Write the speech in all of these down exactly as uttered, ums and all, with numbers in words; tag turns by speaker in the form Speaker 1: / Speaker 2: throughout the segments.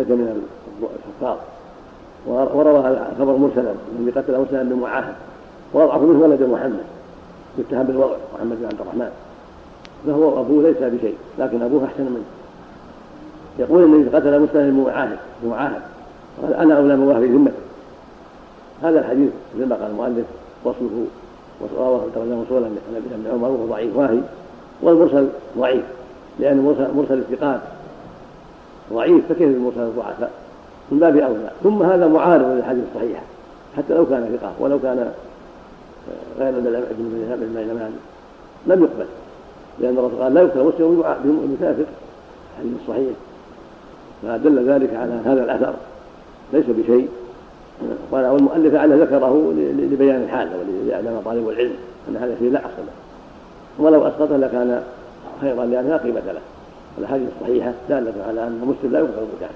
Speaker 1: ذلك من الكفار. وروى هذا الخبر مرسلا الذي قتل مرسلا بمعاهد، وأضعف منه ولد محمد يتهم بالوضع محمد بن عبد الرحمن، فهو أبوه ليس بشيء لكن أبوه أحسن منه. يقول النبي قتل مسلم بمعاهد بمعاهد قال أنا أولى من وهب ذمته. هذا الحديث مثل ما قال المؤلف وصله ورواه ترجمه موصولا عن ابن عمر وهو ضعيف واهي، والمرسل ضعيف لأن مرسل الثقات ضعيف، فكيف المرسل الضعفاء؟ من باب أولى. ثم هذا معارض للحديث الصحيح حتى لو كان ثقة ولو كان غير ابن اليمان لم يقبل، لأن الرسول قال لا يقتل مسلم بكافر الحديث الصحيح، فدل ذلك على هذا الأثر ليس بشيء. والمؤلف على ذكره لبيان الحال وليعلم طالب العلم أن هذا شيء لا أصل له، ولو أسقطه لكان خيرا لأن لا قيمة له. الأحاديث الصحيحة دالة على أن المسلم لا يقتل بكافر،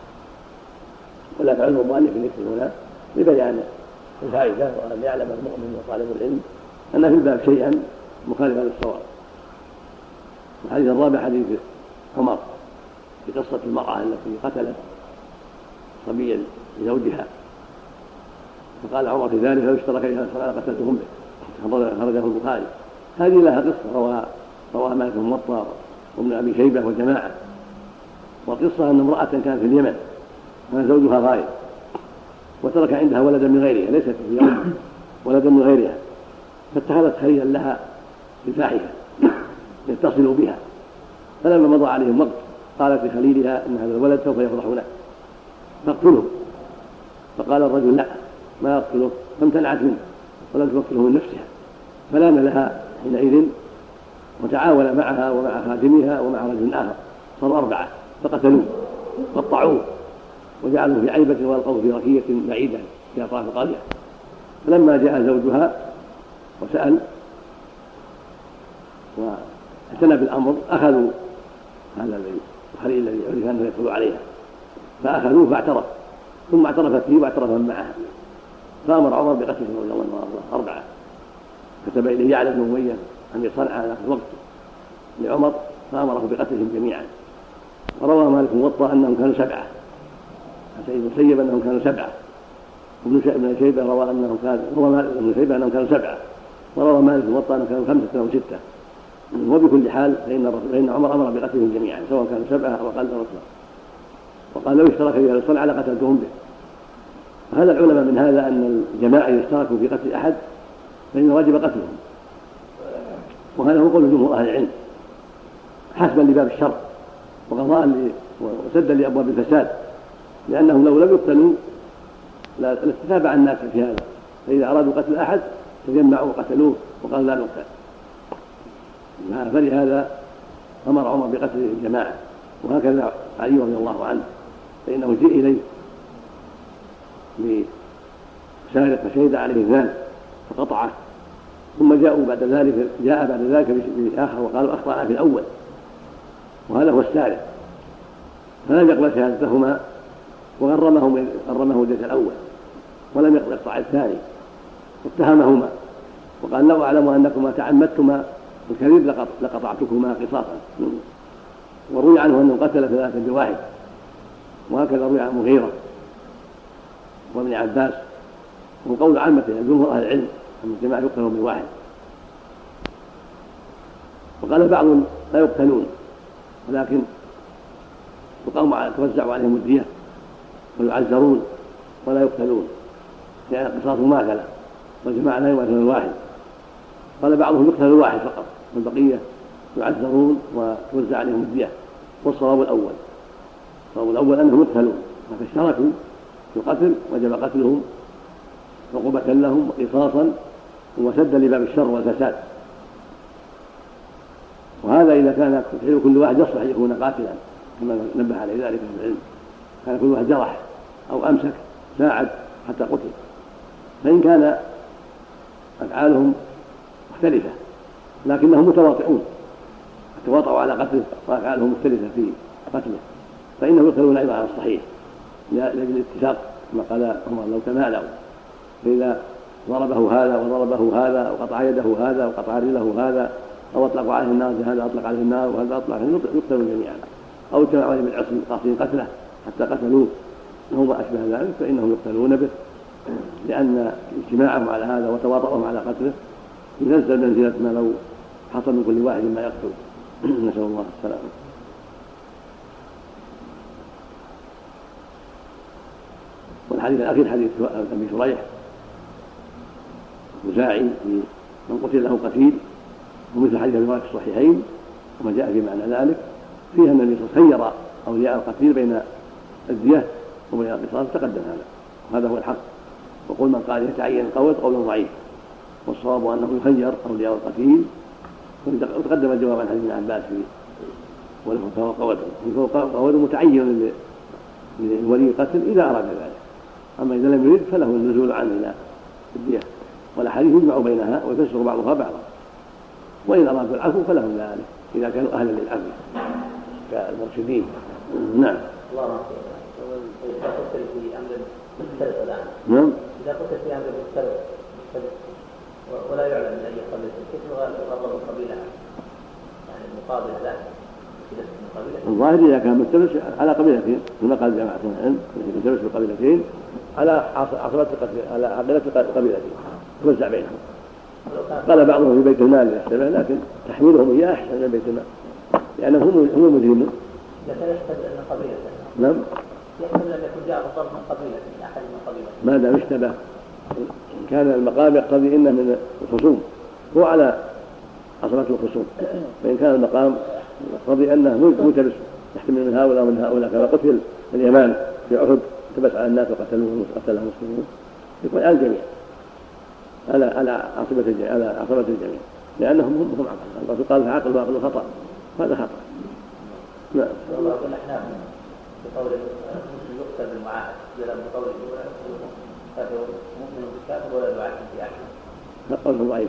Speaker 1: ولا فعل المؤلف يكتب هنا لبيان الفائدة وأن يعلم المؤمن وطالب العلم أن في الباب شيئا مخالفا للصواب. الحديث الرابع حديث عمر في قصة المرأة التي قتلت صبيا لزوجها، فقال عمر في ذلك لو اشترك بها الصلاة قتلتهم به، خرجه البخاري. هذه لها قصة روى روى مالك بن موطأ وابن أبي شيبة وجماعة. والقصة أن امرأة كانت في اليمن وكان زوجها غائب وترك عندها ولدا من غيرها، ليست في يوم ولدا من غيرها، فاتخذت خليلا لها بالفاحشة يتصل بها. فلما مضى عليهم وقت قالت لخليلها ان هذا الولد سوف يفرح لك فاقتله. فقال الرجل لا ما اقتله، فامتنعت منه ولم تمكنه من نفسها، فلام لها حينئذ وتعاون معها ومع خادمها ومع رجل اخر، صاروا اربعه فقتلوه قطعوه وجعلوه في عيبه والقوه في ركيه بعيده في اطراف القريه. فلما جاء زوجها وسأل واعتنى بالامر اخذوا هذا الخليل الذي عرف انه يدخل عليها، فاخذوه فاعترف، ثم اعترفت فيه واعترف من معها، فامر عمر بقتلهم رضي الله عنه اربعه. كتب اليه يعلى بن اميه امير صنعاء على وقت لعمر فامره بقتلهم جميعا. وروى مالك بن موطأ انهم كانوا سبعه، سعيد بن المسيب انهم كانوا سبعه، وابن شيبه روى انهم كانوا روى مالك بن شيبه انهم كانوا سبعه، وروى مالك بن موطأ انهم كانوا خمسه او سته. وبكل حال فإن, فإن عمر أمر بقتلهم جميعا سواء كانوا سبعة أو أقل أو أكثر، وقال لو اشترك في هذا الصنع لقتلتهم به. وهذا العلماء من هذا أن الجماعة إذا اشتركوا في قتل أحد فإن واجب قتلهم، وهذا هو قول جمهور أهل العلم حسبا لباب الشر وقضاء وسدا لأبواب الفساد، لأنهم لو لم يقتلوا لاستتابع الناس في هذا، فإذا أرادوا قتل أحد تجمعوا وقتلوه وقالوا لا نقتل. فلهذا أمر عمر بقتل الجماعة. وهكذا علي رضي الله عنه فإنه جاء إليه بسارق فشهد عليه اثنان فقطعه، ثم جاءوا بعد ذلك جاء بعد ذلك بآخر وقالوا أخطأنا في الأول وهذا هو السارق، فلم يقبل شهادتهما وغرمه غرمه ذاك الأول ولم يقبل الصاع الثاني واتهمهما وقال لو أعلم أنكما تعمدتما الكذب لقطعتكما قصاصا. وروي عنه أنه قتل ثلاثة بواحد، وهكذا روي عن مغيرة وابن عباس. وقول عامة جمهور أهل العلم أن الجماعة يقتلون بواحد. وقال بعض لا يقتلون ولكن تقام توزع عليهم الدية ويعزرون ولا يقتلون لأن يعني قصاص ماكلة والجماعة لا يقتلون الواحد. قال بعضهم يقتل الواحد فقط والبقية يعذرون وتوزع عليهم الدية، والصواب الأول الصواب الأول أنهم يقتلون، فاشتركوا في القتل وجب قتلهم عقوبة لهم وقصاصا وسدا لباب الشر والفساد. وهذا إذا كان فعل كل واحد يصلح يكون قاتلا كما نبه على ذلك في العلم، كان كل واحد جرح أو أمسك ساعد حتى قتل. فإن كان أفعالهم مختلفة لكنهم متواطئون تواطؤوا على قتله وأفعالهم مختلفة في قتله فإنه يقتلون أيضا على الصحيح لأجل الاتفاق كما قال عمر لو تمالوا، فإذا ضربه هذا وضربه هذا أو قطع يده هذا أو قطع رجله هذا أو أطلق عليه النار هذا أطلق عليه النار وهذا أطلق عليه يقتلون جميعا، أو اجتمعوا عليه بالعصم قاصدين قتله حتى قتلوه أو ما أشبه ذلك فإنهم يقتلون به، لأن اجتماعهم على هذا وتواطؤهم على قتله ينزل منزلة ما لو حصل من كل واحد ما يقتل. نسأل الله السلامة. والحديث الأخير حديث أبي شريح الخزاعي في من قتل له قتيل ومثل حديث أبي هريرة في الصحيحين وما جاء في معنى ذلك فيها النبي صلى الله عليه وسلم خير أولياء القتيل بين الدية وبين القصاص، تقدم هذا وهذا هو الحق. وقول من قال يتعين قول قول ضعيف، والصواب أنه يخير أولياء القتيل، وتقدم الجواب عن حديث ابن عباس في وله فوق ولد فوق ولد متعين لولي القتل إذا أراد ذلك، أما إذا لم يرد فله النزول عنه إلى الدية، والأحاديث يجمع بينها ويفسر بعضها بعضا، وإن أرادوا العفو فلهم ذلك إذا كانوا أهلا للعفو كالمرشدين. نعم.
Speaker 2: الله إذا قتل في أمر مختلف الآن.
Speaker 1: نعم.
Speaker 2: إذا قتل في أمر مختلف مختلف ولا يعلم من أي قبيلة، كيف يغرر القبيلة يعني المقابلة له في نفس القبيلة؟
Speaker 1: الظاهر إذا كان مختلف على قبيلتين كما قال جماعة العلم مختلف في القبيلتين على عصبة على عقيدة القبيلتين توزع بينهم. قال بعضهم في بيت المال يحتمل، لكن تحميلهم إياه أحسن من بيت المال لأنهم هم هم المجرمون.
Speaker 2: لكن يحتمل أن قبيلة.
Speaker 1: نعم.
Speaker 2: يحتمل أن يكون جاء الضرب من قبيلة من أحد من قبيلة.
Speaker 1: ما دام اشتبه إن كان المقام يقتضي إنه من الخصوم هو على عصبة الخصوم، فإن كان المقام يقتضي أنه ملتبس يحتمل من هؤلاء ومن هؤلاء كما قتل اليمان في أحد التبس على الناس وقتلوه وقتله المسلمون يكون على الجميع على على عصبة الجميع على عصبة الجميع لأنهم هم هم عقل. الرسول قال فعقل وعقل خطأ، هذا خطأ. نعم.
Speaker 2: الله يقول الأحناف بقول المسلم يقتل بالمعاهد جل بقول الأولى كافر مؤمن بالكافر ولا يعاهد في عهد.
Speaker 1: قول ضعيف.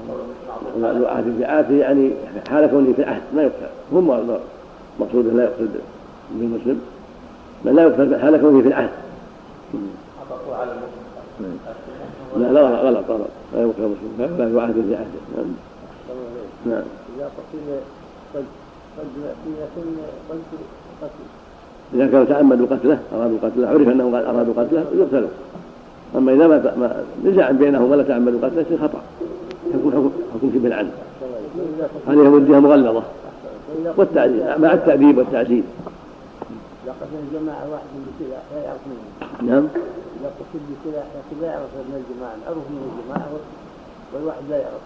Speaker 1: العهد في عهد يعني حال كونه في العهد ما يقتل، هم مقصود لا يقتل بالمسلم بل لا يقتل حال كونه في العهد.
Speaker 2: عطفوا على المسلم.
Speaker 1: لا لا غلط غلط لا يقتل المسلم لا يعاهد في عهده. نعم. نعم.
Speaker 2: إذا قتل قد قد يكون قتل
Speaker 1: إذا كانوا تعمدوا قتله أرادوا قتله عرف أنهم أرادوا قتله يقتلوا. أما إذا ما نزاع بينهم ولا تعمدوا قتله يصير خطأ يكون حكم شبه عنه. هذه الودية مغلظة والتعذيب مع التأديب والتعذيب.
Speaker 2: إذا قتل الجماعة واحد بسلاح لا يعرف منه.
Speaker 1: نعم.
Speaker 2: إذا قتل بسلاح لكن لا يعرف من الجماعة، العرف من الجماعة والواحد لا يعرف.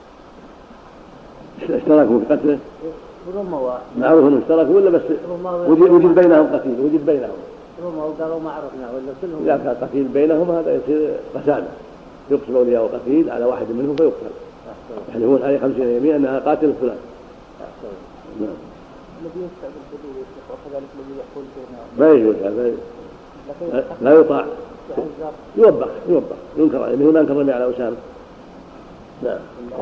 Speaker 1: اشتركوا في قتله؟
Speaker 2: رموا
Speaker 1: معروف انهم اشتركوا ولا بس وجد بينهم قتيل وجد بينهم؟
Speaker 2: رموا وقالوا ما عرفنا ولا كلهم.
Speaker 1: اذا كان قتيل بينهم هذا يصير قسامه، يقسم اولياء القتيل على واحد منهم فيقتل. يحلفون عليه خمسين يمين انها قاتل فلان. نعم.
Speaker 2: الذي يستعد البدو وكذلك الذي يقول
Speaker 1: ما يجوز هذا لا يطاع، يوبخ يوبخ ينكر عليه مثل ما انكر النبي على اسامه. نعم.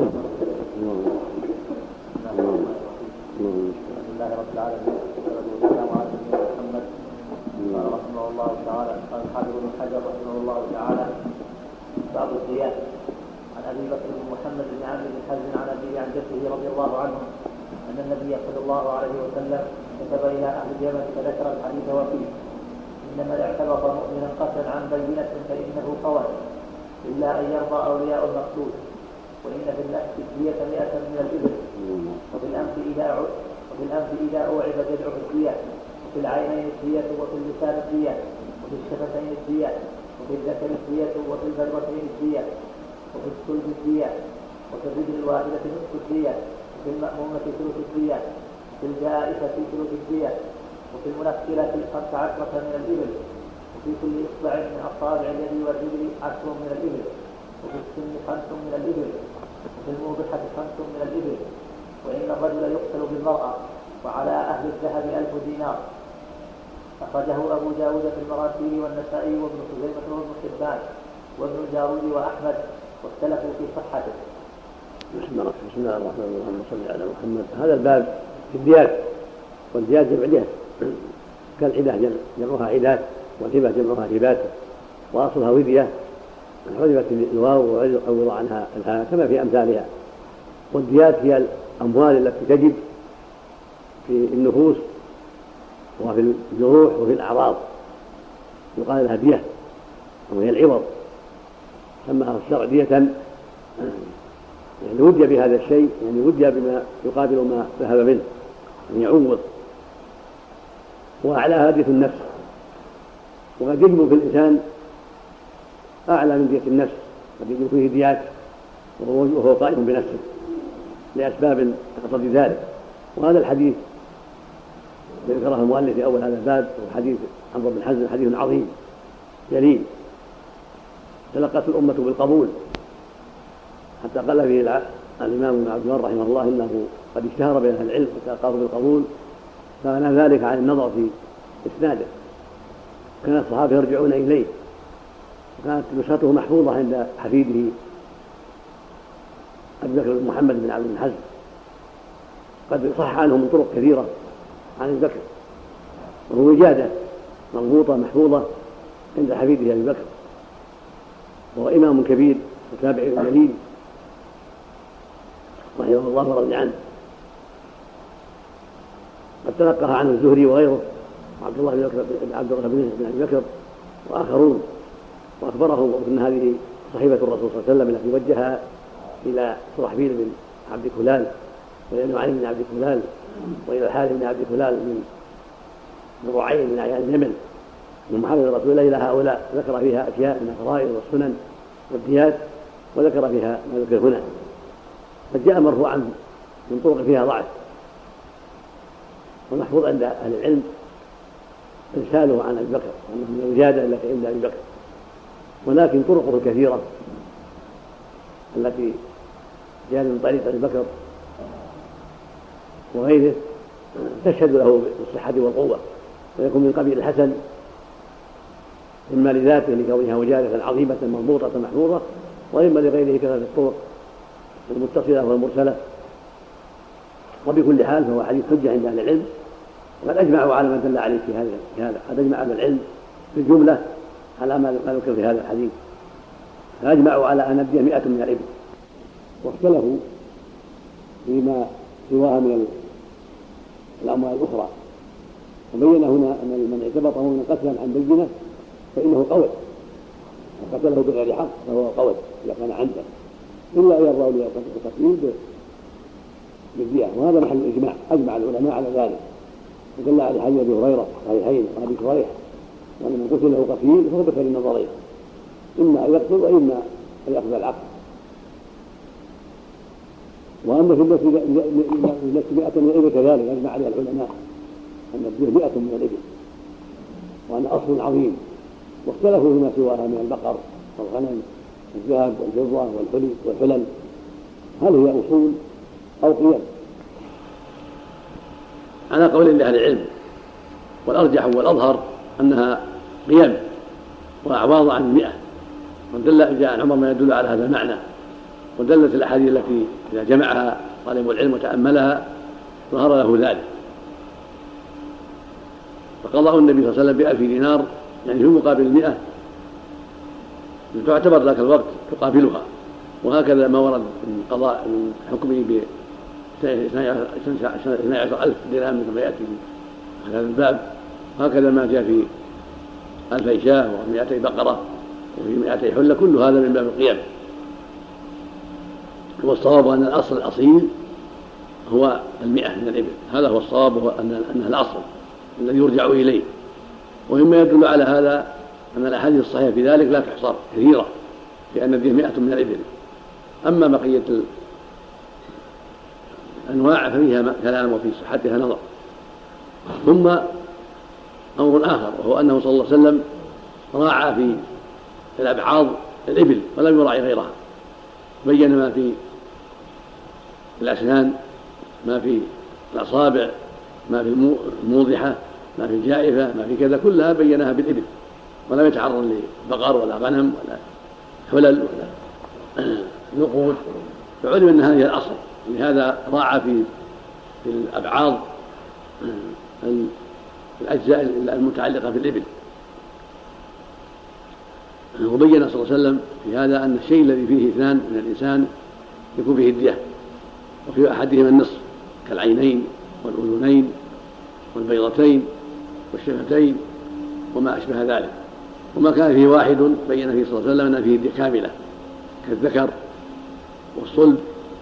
Speaker 2: الحمد لله رب العالمين والسلام على سيدنا محمد. قال رحمه الله تعالى قال الحافظ بن حجر رحمه الله تعالى باب الديات عن ابي بكر بن محمد بن عامر بن حزم عن ابيه عن جده رضي الله عنه ان النبي صلى الله عليه وسلم كتب الى اهل اليمن فذكر الحديث وفيه ان من اعتبط مؤمنا قتلا عن بينه فانه قواد الا ان يرضى اولياء المقتول، وإن في النفس الدية مئة من الإبل، وفي الأنف إذا وفي الأنف إذا أوعب جذعه الدية، وفي العينين الدية، وفي اللسان الدية، وفي الشفتين الدية، وفي الذكر الدية، وفي البلغتين الدية، وفي الصلب الدية، وفي الرجل الواحدة نصف الدية، وفي المأمومة ثلث الدية، وفي الجائفة ثلث الدية، وفي المنفلة خمس عشرة من الإبل، وفي كل إصبع من أصابع اليد والرجل عشر من الإبل، وفي السن خمس من الإبل، وفي الموضحة خمس من الإبل، وإن الرجل يقتل بالمرأة، وعلى أهل الذهب ألف دينار. أخرجه أبو داود في المراسيل والنسائي وابن خزيمة وابن حبان وابن الجارود وأحمد واختلفوا في صحته.
Speaker 1: بسم الله الرحمن الرحيم صلى على محمد. هذا الباب في الديات، والديات جمع ديات كالعدة جمعها عدات والهبة جمعها هبات وأصلها ودية حذفت الواو وعوض عنها الهاء كما في أمثالها. والديات هي الأموال التي تجب في النفوس وفي الجروح وفي الأعراض يقال لها دية وهي العوض، سماها الشرع دية، يعني ودي بهذا الشيء، يعني ودي بما يقابل ما ذهب منه، يعني يعوض. وأعلى هدية النفس، وقد يجب في الإنسان أعلى من دية النفس، قد يجب فيه ديات وهو قائم بنفسه لأسباب تقتضي ذلك. وهذا الحديث ذكره المؤلف في أول هذا الباب وحديث عمرو بن حزم حديث عظيم جليل تلقت الأمة بالقبول، حتى قال فيه الإمام ابن عبد البر رحمه الله إنه قد اشتهر بين أهل العلم وتلقاه بالقبول، فكان ذلك عن النظر في إسناده، كان الصحابة يرجعون إليه، وكانت نسخته محفوظة عند حفيده أبي بكر بن محمد بن عبد بن حزم، قد صح عنه من طرق كثيرة عن أبي بكر، وهو وجادة مضبوطة محفوظة عند حفيده أبي بكر، وهو إمام كبير وتابعي جليل رحمه الله ورضي عنه، قد تلقاها عنه الزهري وغيره وعبد الله بن عبد الله بن أبي بكر وآخرون، وأخبرهم أن هذه صحيفة الرسول صلى الله عليه وسلم التي وجهها إلى شرحبيل بن عبد كلال وإلى نعيم بن عبد كلال وإلى الحارث بن عبد كلال من رعين من أعيان اليمن من محمد رسول الله إلى هؤلاء، ذكر فيها أشياء من الفرائض والسنن والديات، وذكر فيها ما ذكر هنا، قد جاء مرفوعا من طرق فيها ضعف، ومحفوظ عند أهل العلم إرساله عن أبي بكر وأنه من الوجادة التي عند أبي بكر، ولكن طرقه الكثيرة التي جاء من طريق أبي بكر وغيره تشهد له بالصحة والقوة، ويكون من قبيل الحسن إما لذاته لكونها وجادة عظيمة مربوطة محفوظة، وإما لغيره كثرة الطرق المتصلة والمرسلة. وبكل حال فهو حديث حجة عند أهل العلم، وقد أجمعوا على ما دل عليه في هذا في هذا قد أجمع أهل العلم في الجملة على ما ذكر في هذا الحديث، فأجمعوا على أن الدية مئة من الإبل، واختلفوا فيما سواها من الأموال الأخرى، وبين هنا أن من اعتبطه من قتلا عن بينة فإنه قول، وقتله بغير حق فهو قول إذا كان عنده، إلا أن يرضوا القتيل بالدية، وهذا محل الإجماع، أجمع العلماء على ذلك، ودل على حديث أبي هريرة صحيحين وأبي شريح وأن من قتل له قتيل فهو بخير النظرين، إما أن يقتل وإما أن يأخذ العقل. وأما في النفس مئة من الإبل كذلك أجمع عليها العلماء أن الدية مئة من الإبل، وأن أصل عظيم، واختلفوا فيما سواها من البقر والغنم والذهب والفضة والحلي والحلل، هل هي أصول أو قيم؟ على قول لأهل العلم، والأرجح والأظهر أنها قيم وأعواض عن المئة، ودل جاء عن عمر ما يدل على هذا المعنى، ودلت الأحاديث التي إذا جمعها طالب العلم وتأملها ظهر له ذلك. فقضاه النبي صلى الله عليه وسلم بألف دينار، يعني في مقابل المئة تعتبر ذاك الوقت تقابلها، وهكذا ما ورد من قضاء من حكمه ب اثني عشر ألف درهم مثل ما يأتي في هذا الباب، هكذا ما جاء في ألفي شاة ومئتي بقرة وفي مئتي حلة، كل هذا من باب القيم. والصواب أن الأصل الأصيل هو المئة من الإبل، هذا هو الصواب، هو أنها الأصل الذي يرجع إليه. ومما يدل على هذا أن الأحاديث الصحيحة في ذلك لا تحصر كثيرة، لأن الدية مئة من الإبل. أما بقية الأنواع ففيها كلام وفي صحتها نظر. ثم أمر آخر، وهو أنه صلى الله عليه وسلم راعى في الأبعاض الإبل ولم يراعي غيرها، بين ما في الأسنان، ما في الأصابع، ما في الموضحة، ما في الجائفة، ما في كذا، كلها بينها بالإبل، ولم يتعرض لبقر ولا غنم ولا حلل ولا نقود، فعلم أن هذه الأصل، لهذا راعى في في الأبعاض الأجزاء المتعلقة بالإبل. وبين صلى الله عليه وسلم في هذا أن الشيء الذي فيه اثنان من الإنسان يكون فيه الدية، وفي أحدهما النصف كالعينين والأذنين والبيضتين والشفتين وما أشبه ذلك. وما كان فيه واحد بين فيه صلى الله عليه وسلم أن فيه دية كاملة كالذكر والصلب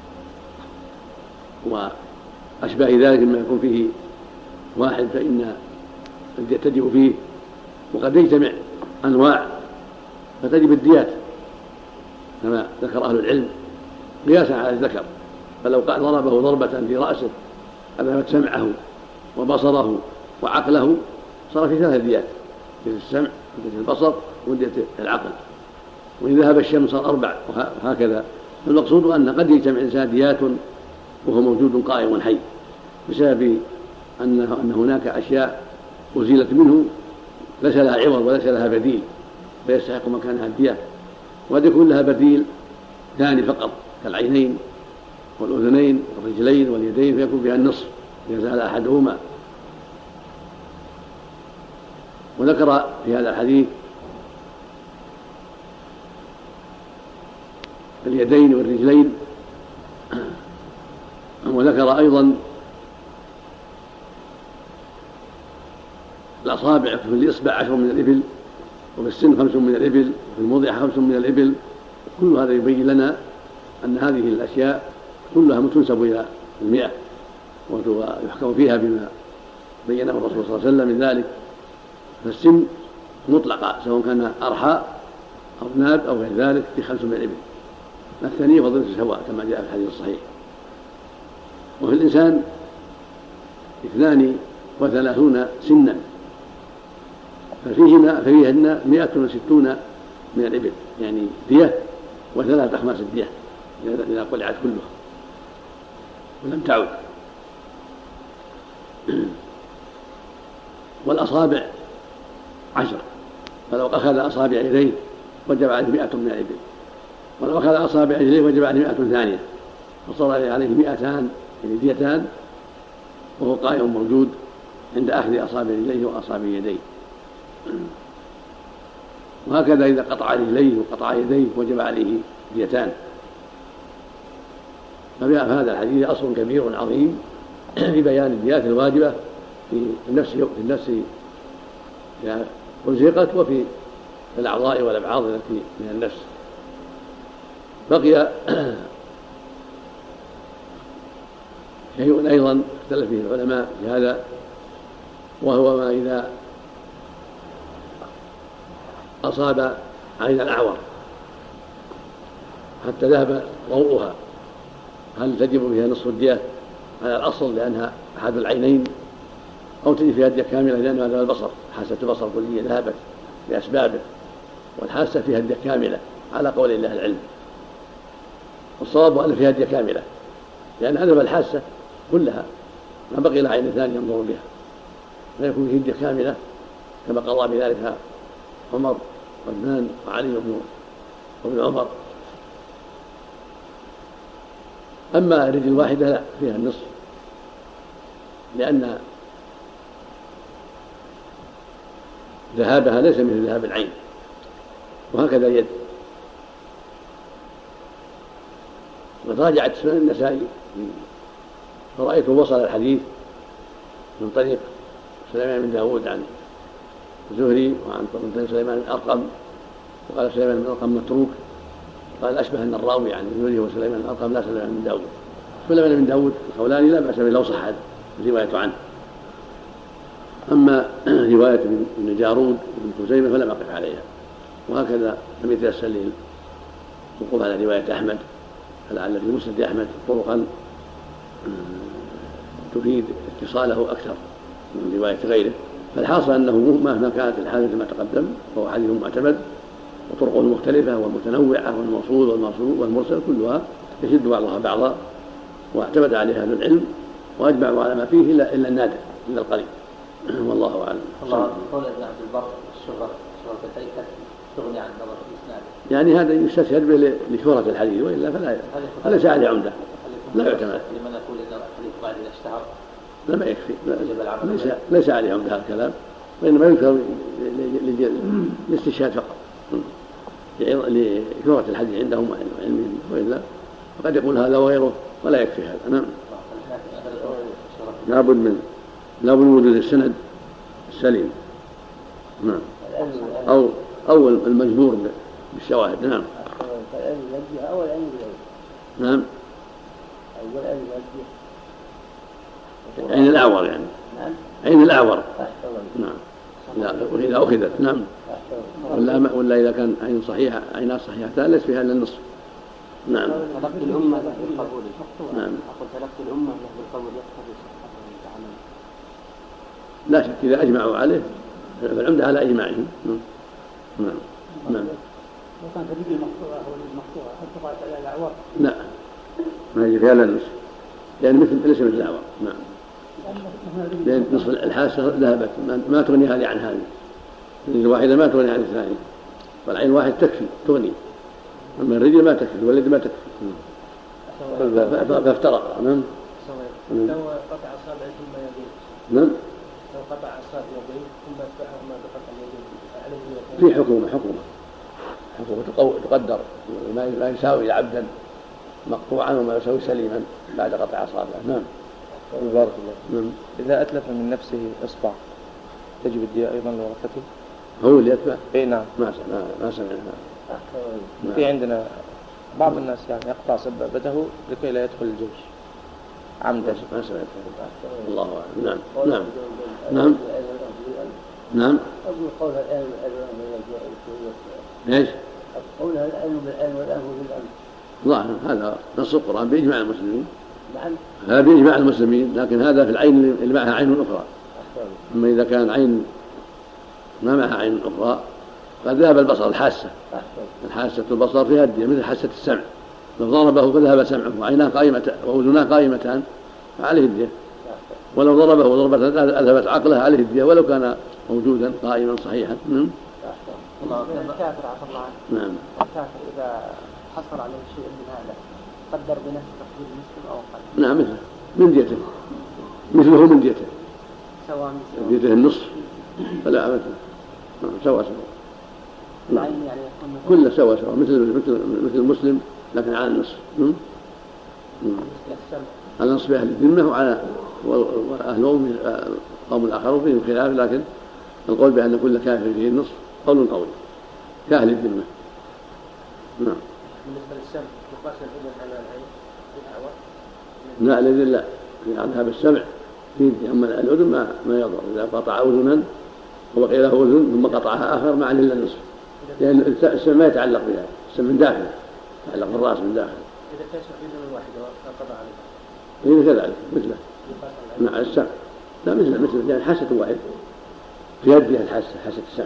Speaker 1: وأشباه ذلك مما يكون فيه واحد فإن الدية تجب فيه. وقد يجتمع أنواع فتجب الديات كما ذكر أهل العلم قياسا على الذكر، فلو ضربه ضربة في رأسه أذهبت سمعه وبصره وعقله صار في ثلاث ديات: دية السمع ودية البصر ودية العقل. وإن ذهب الشيء صار أربع وهكذا. المقصود أن قد يجتمع الإنسان ديات وهو موجود قائم حي بسبب أن هناك أشياء أزيلت منه ليس لها عوض وليس لها بديل فيستحق مكانها الديات. وقد يكون لها بديل ثاني فقط كالعينين والأذنين والرجلين واليدين فيكون فيها النصف إذا زال أحدهما. وذكر في هذا الحديث اليدين والرجلين، وذكر أيضا الأصابع، في الإصبع عشر من الإبل، وفي السن خمس من الإبل، وفي الموضع خمس من الإبل. كل هذا يبين لنا أن هذه الأشياء كلها تنسب إلى المئة ويحكم فيها بما بينه الرسول صلى الله عليه وسلم من ذلك. فالسن مطلقة سواء كان أرحاء أو ناب أو غير ذلك في خمس من الإبل. الثانية فضلت سواء كما جاء في الحديث الصحيح. وفي الإنسان اثنان وثلاثون سنا ففيهن فيهن مئة وستون من الإبل، يعني دية وثلاث أخماس الدية إذا قلعت كلها ولم تعد. والأصابع عشر، فلو أخذ أصابع يديه وجب عليه مئة من الإبل، ولو أخذ أصابع يديه وجب عليه مئة ثانية، فصار عليه مئتان يعني ديتان وهو قائم موجود عند أخذ أصابع رجليه وأصابع يديه. وهكذا إذا قطع رجليه وقطع يديه وجب عليه ديتان. ففي هذا الحديث أصل كبير عظيم في بيان الديات الواجبة في النفس في النفس إذا رزقت وفي الأعضاء والأبعاض التي من النفس. بقي شيء أيضا اختلف فيه العلماء في هذا، وهو ما إذا أصاب عين الأعور حتى ذهب ضوءها هل تجب فيها نصف الدية على الأصل لأنها أحد العينين، أو تجب فيها الدية كاملة لأنها ذهب البصر، حاسة البصر كلية ذهبت بأسبابه، والحاسة فيها الدية كاملة على قول الله العلم. والصواب أن فيها الدية كاملة لأن هذا الحاسة كلها ما بقي لها عين ثانية ينظر بها، فيكون فيه الدية كاملة كما قضى بذلك عمر وعثمان وعلي وابن عمر. أما الرجل الواحدة لا، فيها النصف لأن ذهابها ليس مثل ذهاب العين. وهكذا اليد. وراجعت سنن النسائي فرأيت وصل الحديث من طريق سليمان بن داود عن الزهري وعن طريق سليمان بن أرقم، وقال سليمان بن أرقم متروك، قال أشبه أن الراوي عن الزهري وسليمان بن أرقم لا سليمان بن داود. سليمان بن داود الخولاني لا بأس به لو صحت الرواية عنه. أما رواية ابن جارود وابن خزيمة فلم أقف عليها. وهكذا لم يتيسر لي الوقوف على رواية أحمد، فلعل في مسند أحمد طرقا تفيد اتصاله أكثر من رواية غيره. فالحاصل أنه مهما كانت الحادثة ما تقدم فهو حديث معتمد، وطرقه المختلفة والمتنوعة والموصول والمرسول والمرسل كلها يشد بعضها بعضا، واعتمد عليها أهل العلم وأجمعوا على ما فيه إلا إلا النادر إلا القليل. والله أعلم.
Speaker 2: الله قول ابن عبد البر الشهرة شهرة الحديث تغني عن نظر الإسناد،
Speaker 1: يعني هذا يستشهد به لشهرة الحديث، وإلا فلا ليس عليه عمدة، لا يعتمد.
Speaker 2: لمن يقول إن الحديث بعد إذا اشتهر
Speaker 1: لا ما يكفي، ليس ليس عليه عمدة هذا الكلام، وإنما يذكر للاستشهاد فقط لشهرة الحديث عندهم وعلمهم، وإلا فقد يقول هذا وغيره ولا يكفي هذا. نعم. لابد من لابد من وجود السند سليم. نعم. أو أو المجبور بالشواهد. نعم.
Speaker 2: أول عين
Speaker 1: نعم.
Speaker 2: أول عين
Speaker 1: عين الأعور يعني.
Speaker 2: نعم.
Speaker 1: عين الأعور. نعم. وإذا أخذت. نعم. ولا ولا إذا كان عين صحيحة عينها صحيحتان ليس فيها إلا النصف. نعم.
Speaker 3: تلقي الأمة له بالقبول.
Speaker 1: نعم.
Speaker 3: أقول تلقي الأمة له بالقبول يقتضي صحته وتعلمه.
Speaker 1: لا شك إذا أجمعوا عليه فالعمدة على إجماعهم. نعم. نعم.
Speaker 2: لو كانت هذه المقطوعة أو المقطوعة هل تقاس على الأعور؟
Speaker 1: لا ما يجي فيها إلا النصف يعني مثل ليس مثل الأعور. نعم. لأن نصف الحاسة ذهبت ما تغني هذه عن هذه. الواحدة ما تغني عن الثانية والعين واحد تكفي تغني أما الرجل ما تكفي واليد ما تكفي فافترق. نعم.
Speaker 2: لو قطع أصابع ثم يدين.
Speaker 1: نعم.
Speaker 2: لو قطع أصابع يدين ثم أتبعهما بقطع اليدين
Speaker 1: في حكومة حكومة حكومة تقدر ما يساوي عبدا مقطوعا وما يساوي سليما بعد قطع أصابعه. نعم.
Speaker 3: بارك الله.
Speaker 1: نعم.
Speaker 3: إذا أتلف من نفسه إصبع تجب الدية أيضا لورثته؟
Speaker 1: هو اللي يتبع؟
Speaker 3: إيه نعم.
Speaker 1: ما سمعنا ما سمعنا.
Speaker 3: نعم. في عندنا بعض الناس يعني يقطع سبابته لكي لا يدخل الجيش عمدا.
Speaker 1: ما سمعت. الله أعلم. نعم. نعم. نعم. نعم.
Speaker 2: أقول قولها الآن
Speaker 1: ايش؟
Speaker 2: قولها الآن بالآن والآن بالآن.
Speaker 1: ظاهر هذا نص القرآن بإجماع المسلمين.
Speaker 2: نعم.
Speaker 1: هذا بإجماع المسلمين لكن هذا في العين اللي معها عين أخرى. أما إذا كان عين ما معها عين أخرى قد ذهب البصر الحاسة. الحاسة البصر فيها الدية مثل حاسة السمع لو ضربه فذهب سمعه وعيناه قائمة وأذناه قائمتان فعليه الدية ولو ضربه ضربة أذهبت عقله عليه الدية ولو كان موجودا قائما صحيحا. نعم.
Speaker 2: الكافر عفى الله عنه.
Speaker 1: نعم.
Speaker 2: الكافر إذا حصل عليه شيء من هذا قدر بنفس تقدير المسلم أو أقل.
Speaker 1: نعم مثله من ديته مثله من ديته
Speaker 2: سواء
Speaker 1: من ديته النصف فلا مثله سوا سوا.
Speaker 2: العين يعني يكون
Speaker 1: كله سوا سوا مثل مثل مثل المسلم لكن على النصف. نعم. على نصف أهل الذمة وعلى وأهل قوم الآخرون فيهم خلاف لكن القول بأن كل كافر فيه النصف قول قوي كأهل الذمة. نعم.
Speaker 2: بالنسبة للسمع يقاس الأذن على العين بالأعور؟
Speaker 1: لا الأذن لا في ذهب السمع في أما الأذن ما ما يضر إذا قطع أذنا وبقي له أذن ثم قطعها آخر ما عليه إلا النصف لأن السمع ما يتعلق بها السمع من داخل يتعلق بالرأس من داخل.
Speaker 2: إذا كان أذن واحدة وقطع عليه
Speaker 1: إذا كذلك مثله مع السمع لا مثله مثله يعني حاسة واحد في يدها الحاسة حاسة السمع.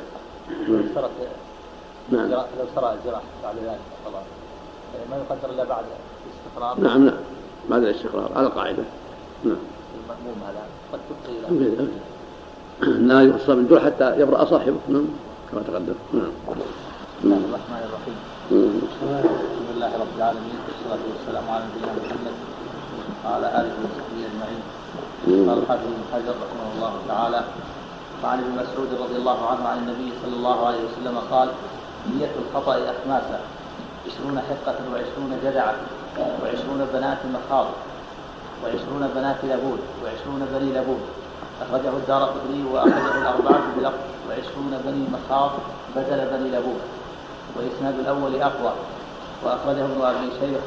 Speaker 2: نعم. لو صار الجراح بعد ذلك خلاص ما يقدر إلا بعد الاستقرار.
Speaker 1: نعم نعم بعد الاستقرار على القاعدة. نعم.
Speaker 2: المأموم هذا قد تبقي
Speaker 1: لا يخص بالجرح حتى يبرأ صاحبه. نعم كما تقدم. نعم.
Speaker 2: بسم الله الرحمن الرحيم. الحمد لله رب العالمين والصلاة والسلام على نبينا محمد وعلى آله وصحبه أجمعين. قال الحافظ ابن حجر رحمه الله تعالى وعن ابن مسعود رضي الله عنه عن النبي صلى الله عليه وسلم قال دية الخطأ أخماسا عشرون حقة وعشرون جذعة وعشرون بنات مخاض وعشرون بنات لبون وعشرون بني لبون أخرجه الدارقطني وأخرجه الأربعة بلفظ وعشرون بني مخاض بدل بني لبون وإسناد الأول أقوى وأخرجه ابن أبي شيبة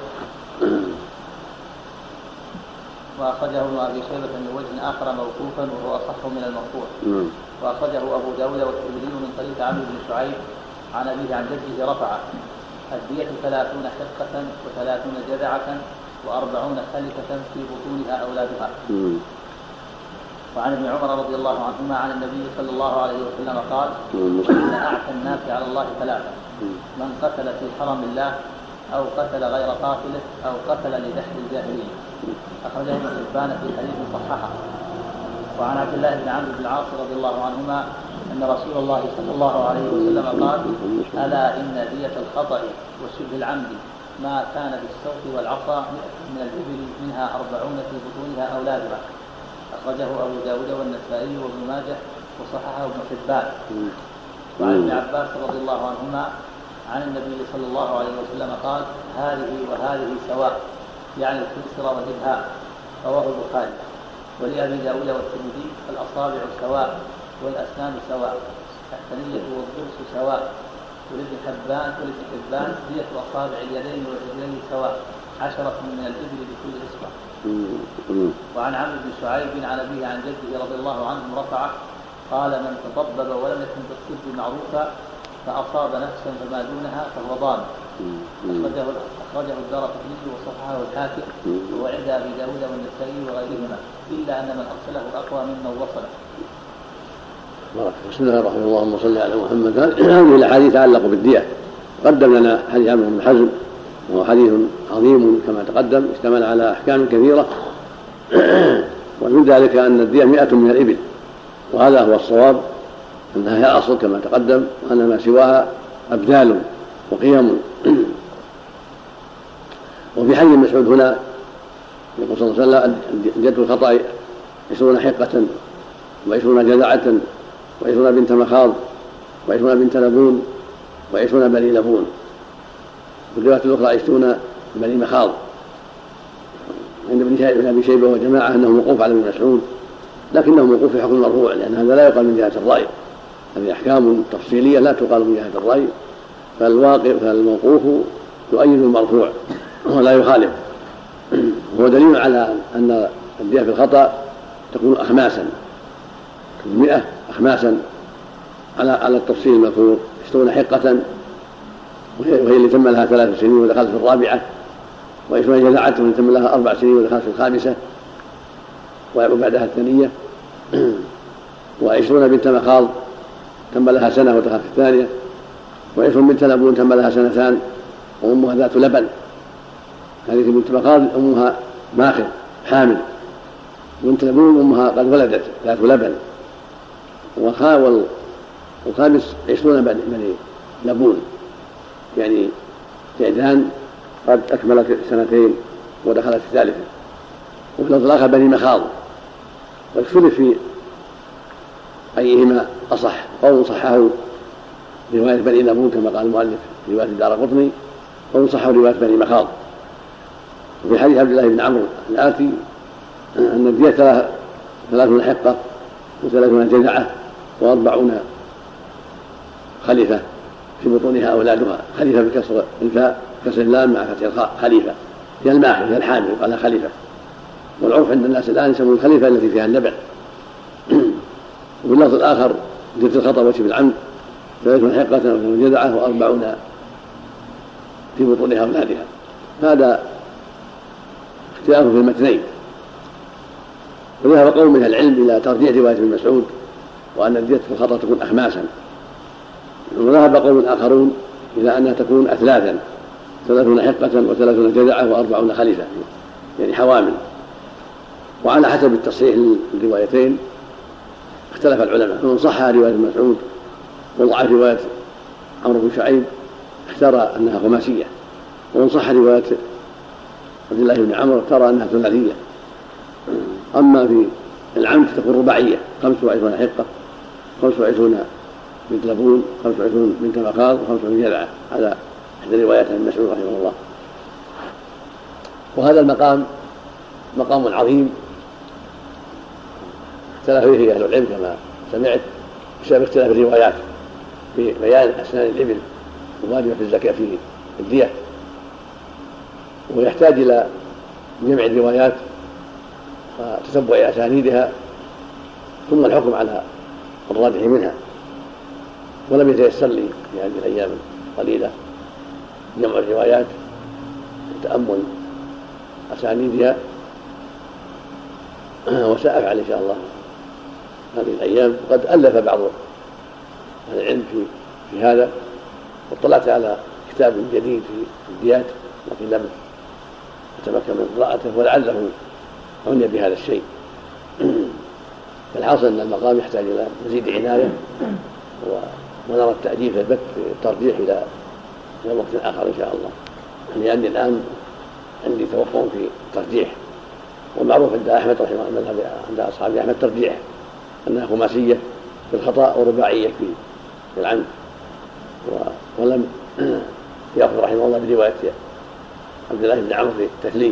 Speaker 2: وأخرجه ابن أبي شيبة من وجه آخر موقوفا وهو أصح من المرفوع وأخرجه أبو داود والترمذي من طريق عمرو بن شعيب عن أبيه عن جده رفعه الدية ثلاثون حقة وثلاثون جذعة وأربعون خلفة في بطونها أولادها. وعن ابن عمر رضي الله عنهما عن النبي صلى الله عليه وسلم قال وإن أعتى الناس على الله ثلاثة من قتل في حرم الله أو قتل غير قاتله أو قتل لدحر الجاهلية. أخرجه ابن حبان في حديث صححه. وعن عبد الله بن عمرو بن العاص رضي الله عنهما أن رسول الله صلى الله عليه وسلم قال ألا إن دية الخطأ وشبه العمد ما كان بالسوط والعصا من الإبل منها أربعون في بطونها أولادها. أخرجه أبو داود والنسائي وابن ماجه وصححه ابن حبان. وعن ابن عباس رضي الله عنهما عن النبي صلى الله عليه وسلم قال هذه وهذه سواء يعني الخنصر والإبهام. رواه البخاري. ولأبي داود والترمذي الأصابع سواء والأسنان سواء، الثنية والضرس سواء، ولد حبان ولد حبان دية أصابع اليدين والرجلين سواء، عشرة من الإبل بكل إصبع. وعن عمرو بن شعيب عن أبيه عن جده رضي الله عنه رفعه قال: من تطبب ولم يكن بالطب معروفا فأصاب نفسا فما دونها فهو ضامن. أخرجه أخرجه الدارقطني وصححه الحاكم وعند أبي داود والنسائي وغيرهما، إلا أن من أرسله أقوى ممن وصله.
Speaker 1: بسم الله الرحمن الرحيم. اللهم صل على محمد. هذه الأحاديث تعلق بالدية. قدم لنا حديث عمرو بن حزم وهو حديث عظيم كما تقدم، اشتمل على أحكام كثيرة ومن ذلك أن الدية مئة من الإبل، وهذا هو الصواب، أنها هي أصل كما تقدم، وأن ما سواها أبدال وقيم. وفي حديث مسعود هنا يقول صلى الله عليه وسلم: جد الخطأ عشرون حقة وعشرون جذعة وعشرون بنت مخاض وعشرون بنت لبون وعشرون بني لبون. في الرواية الأخرى عشرون بني مخاض. عند ابن أبي شيبة وجماعة أنه موقوف على ابن مسعود، لكنه موقوف في حكم المرفوع، لأن هذا لا يقال من جهة الرأي، هذه أحكام تفصيلية لا تقال من جهة الرأي، فالواقع فالموقوف يؤيد المرفوع ولا يخالف. هو دليل على أن الدية في الخطأ تكون أخماسا، مئة أخماسا على على التفصيل المذكور، عشرون حقة وهي اللي تم لها ثلاث سنين ودخلت في الرابعة، وعشرون جذعة واللي تم لها أربع سنين ودخلت في الخامسة وبعدها الثانية، وعشرون بنت مخاض تم لها سنة ودخلت في الثانية، وعشرون بنت لبون تم لها سنتان وأمها ذات لبن. هذه بنت مخاض أمها ماخذ حامل، بنت لبون أمها قد ولدت ذات لبن. والخامس عشرون بني لبون، يعني تعدان قد أكملت سنتين ودخلت في الثالثة. وفي اللفظ الآخر بني مخاض. واختلف في أيهما أصح، قول صححه رواية بني لبون كما قال المؤلف في رواية الدارقطني، قول صححه رواية بني مخاض. وفي حديث عبد الله بن عمرو الآتي أن الدية ثلاثون حقة وثلاثون جذعة وأربعون خليفة في بطونها أولادها. خليفة بكسر الفاء كسر اللام مع فتح الخاء، خليفة هي الماخذ هي الحامل قال خليفة. والعرف عند الناس الآن يسمون الخليفة التي فيها النبع. وفي اللفظ الآخر جد الخطأ وشبه العمد ثلاثون حقة وثلاثون جذعة وأربعون في بطونها أولادها. هذا اختلاف في المتنين. وذهب قوم من العلم إلى ترجيح رواية ابن مسعود وأن الدية في الخطأ تكون أخماسا، وذهب قوم آخرون إلى أنها تكون أثلاثا، ثلاثون حقة وثلاثون جذعة وأربعون خليفة، يعني حوامل. وعلى حسب التصحيح للروايتين اختلف العلماء، فمن صح رواية ابن مسعود وضعف رواية عمرو بن شعيب اختار أنها خماسية، ومن صح رواية عبد الله بن عمرو اختار أنها ثلاثية. أما في العمد تكون رباعية، خمس وعشرون حقة، خمس وعشرون بنت لبون، خمس وعشرون بنت مخاض، وخمس وعشرون جذعة. هذا إحدى روايات ابن مسعود رحمه الله. وهذا المقام مقام عظيم اختلف فيه أهل العلم كما سمعت بسبب اختلاف الروايات في بيان أسنان الإبل وواجب في الزكاة في الدية، ويحتاج إلى جمع الروايات وتتبع أسانيدها ثم الحكم على الراجح منها. ولم يتيسر لي في هذه الأيام القليلة جمع الروايات وتأمل أسانيدها، وسأفعل إن شاء الله هذه الأيام. وقد ألف بعض أهل العلم في, في هذا، واطلعت على كتاب جديد في الديات لكن لم أتمكن من قراءته، ولعله عني بهذا الشيء. فالحاصل أن المقام يحتاج إلى مزيد عناية، ونرى التأجيل في البث في الترجيح إلى وقت آخر إن شاء الله، لأني الآن عندي توقع في الترجيح. والمعروف عند أحمد رحمه الله عند أصحاب أحمد ترجيح أنها خماسية في الخطأ ورباعية في العمد، ولم يأخذ رحمه الله برواية عبد الله بن عمرو في التثليث.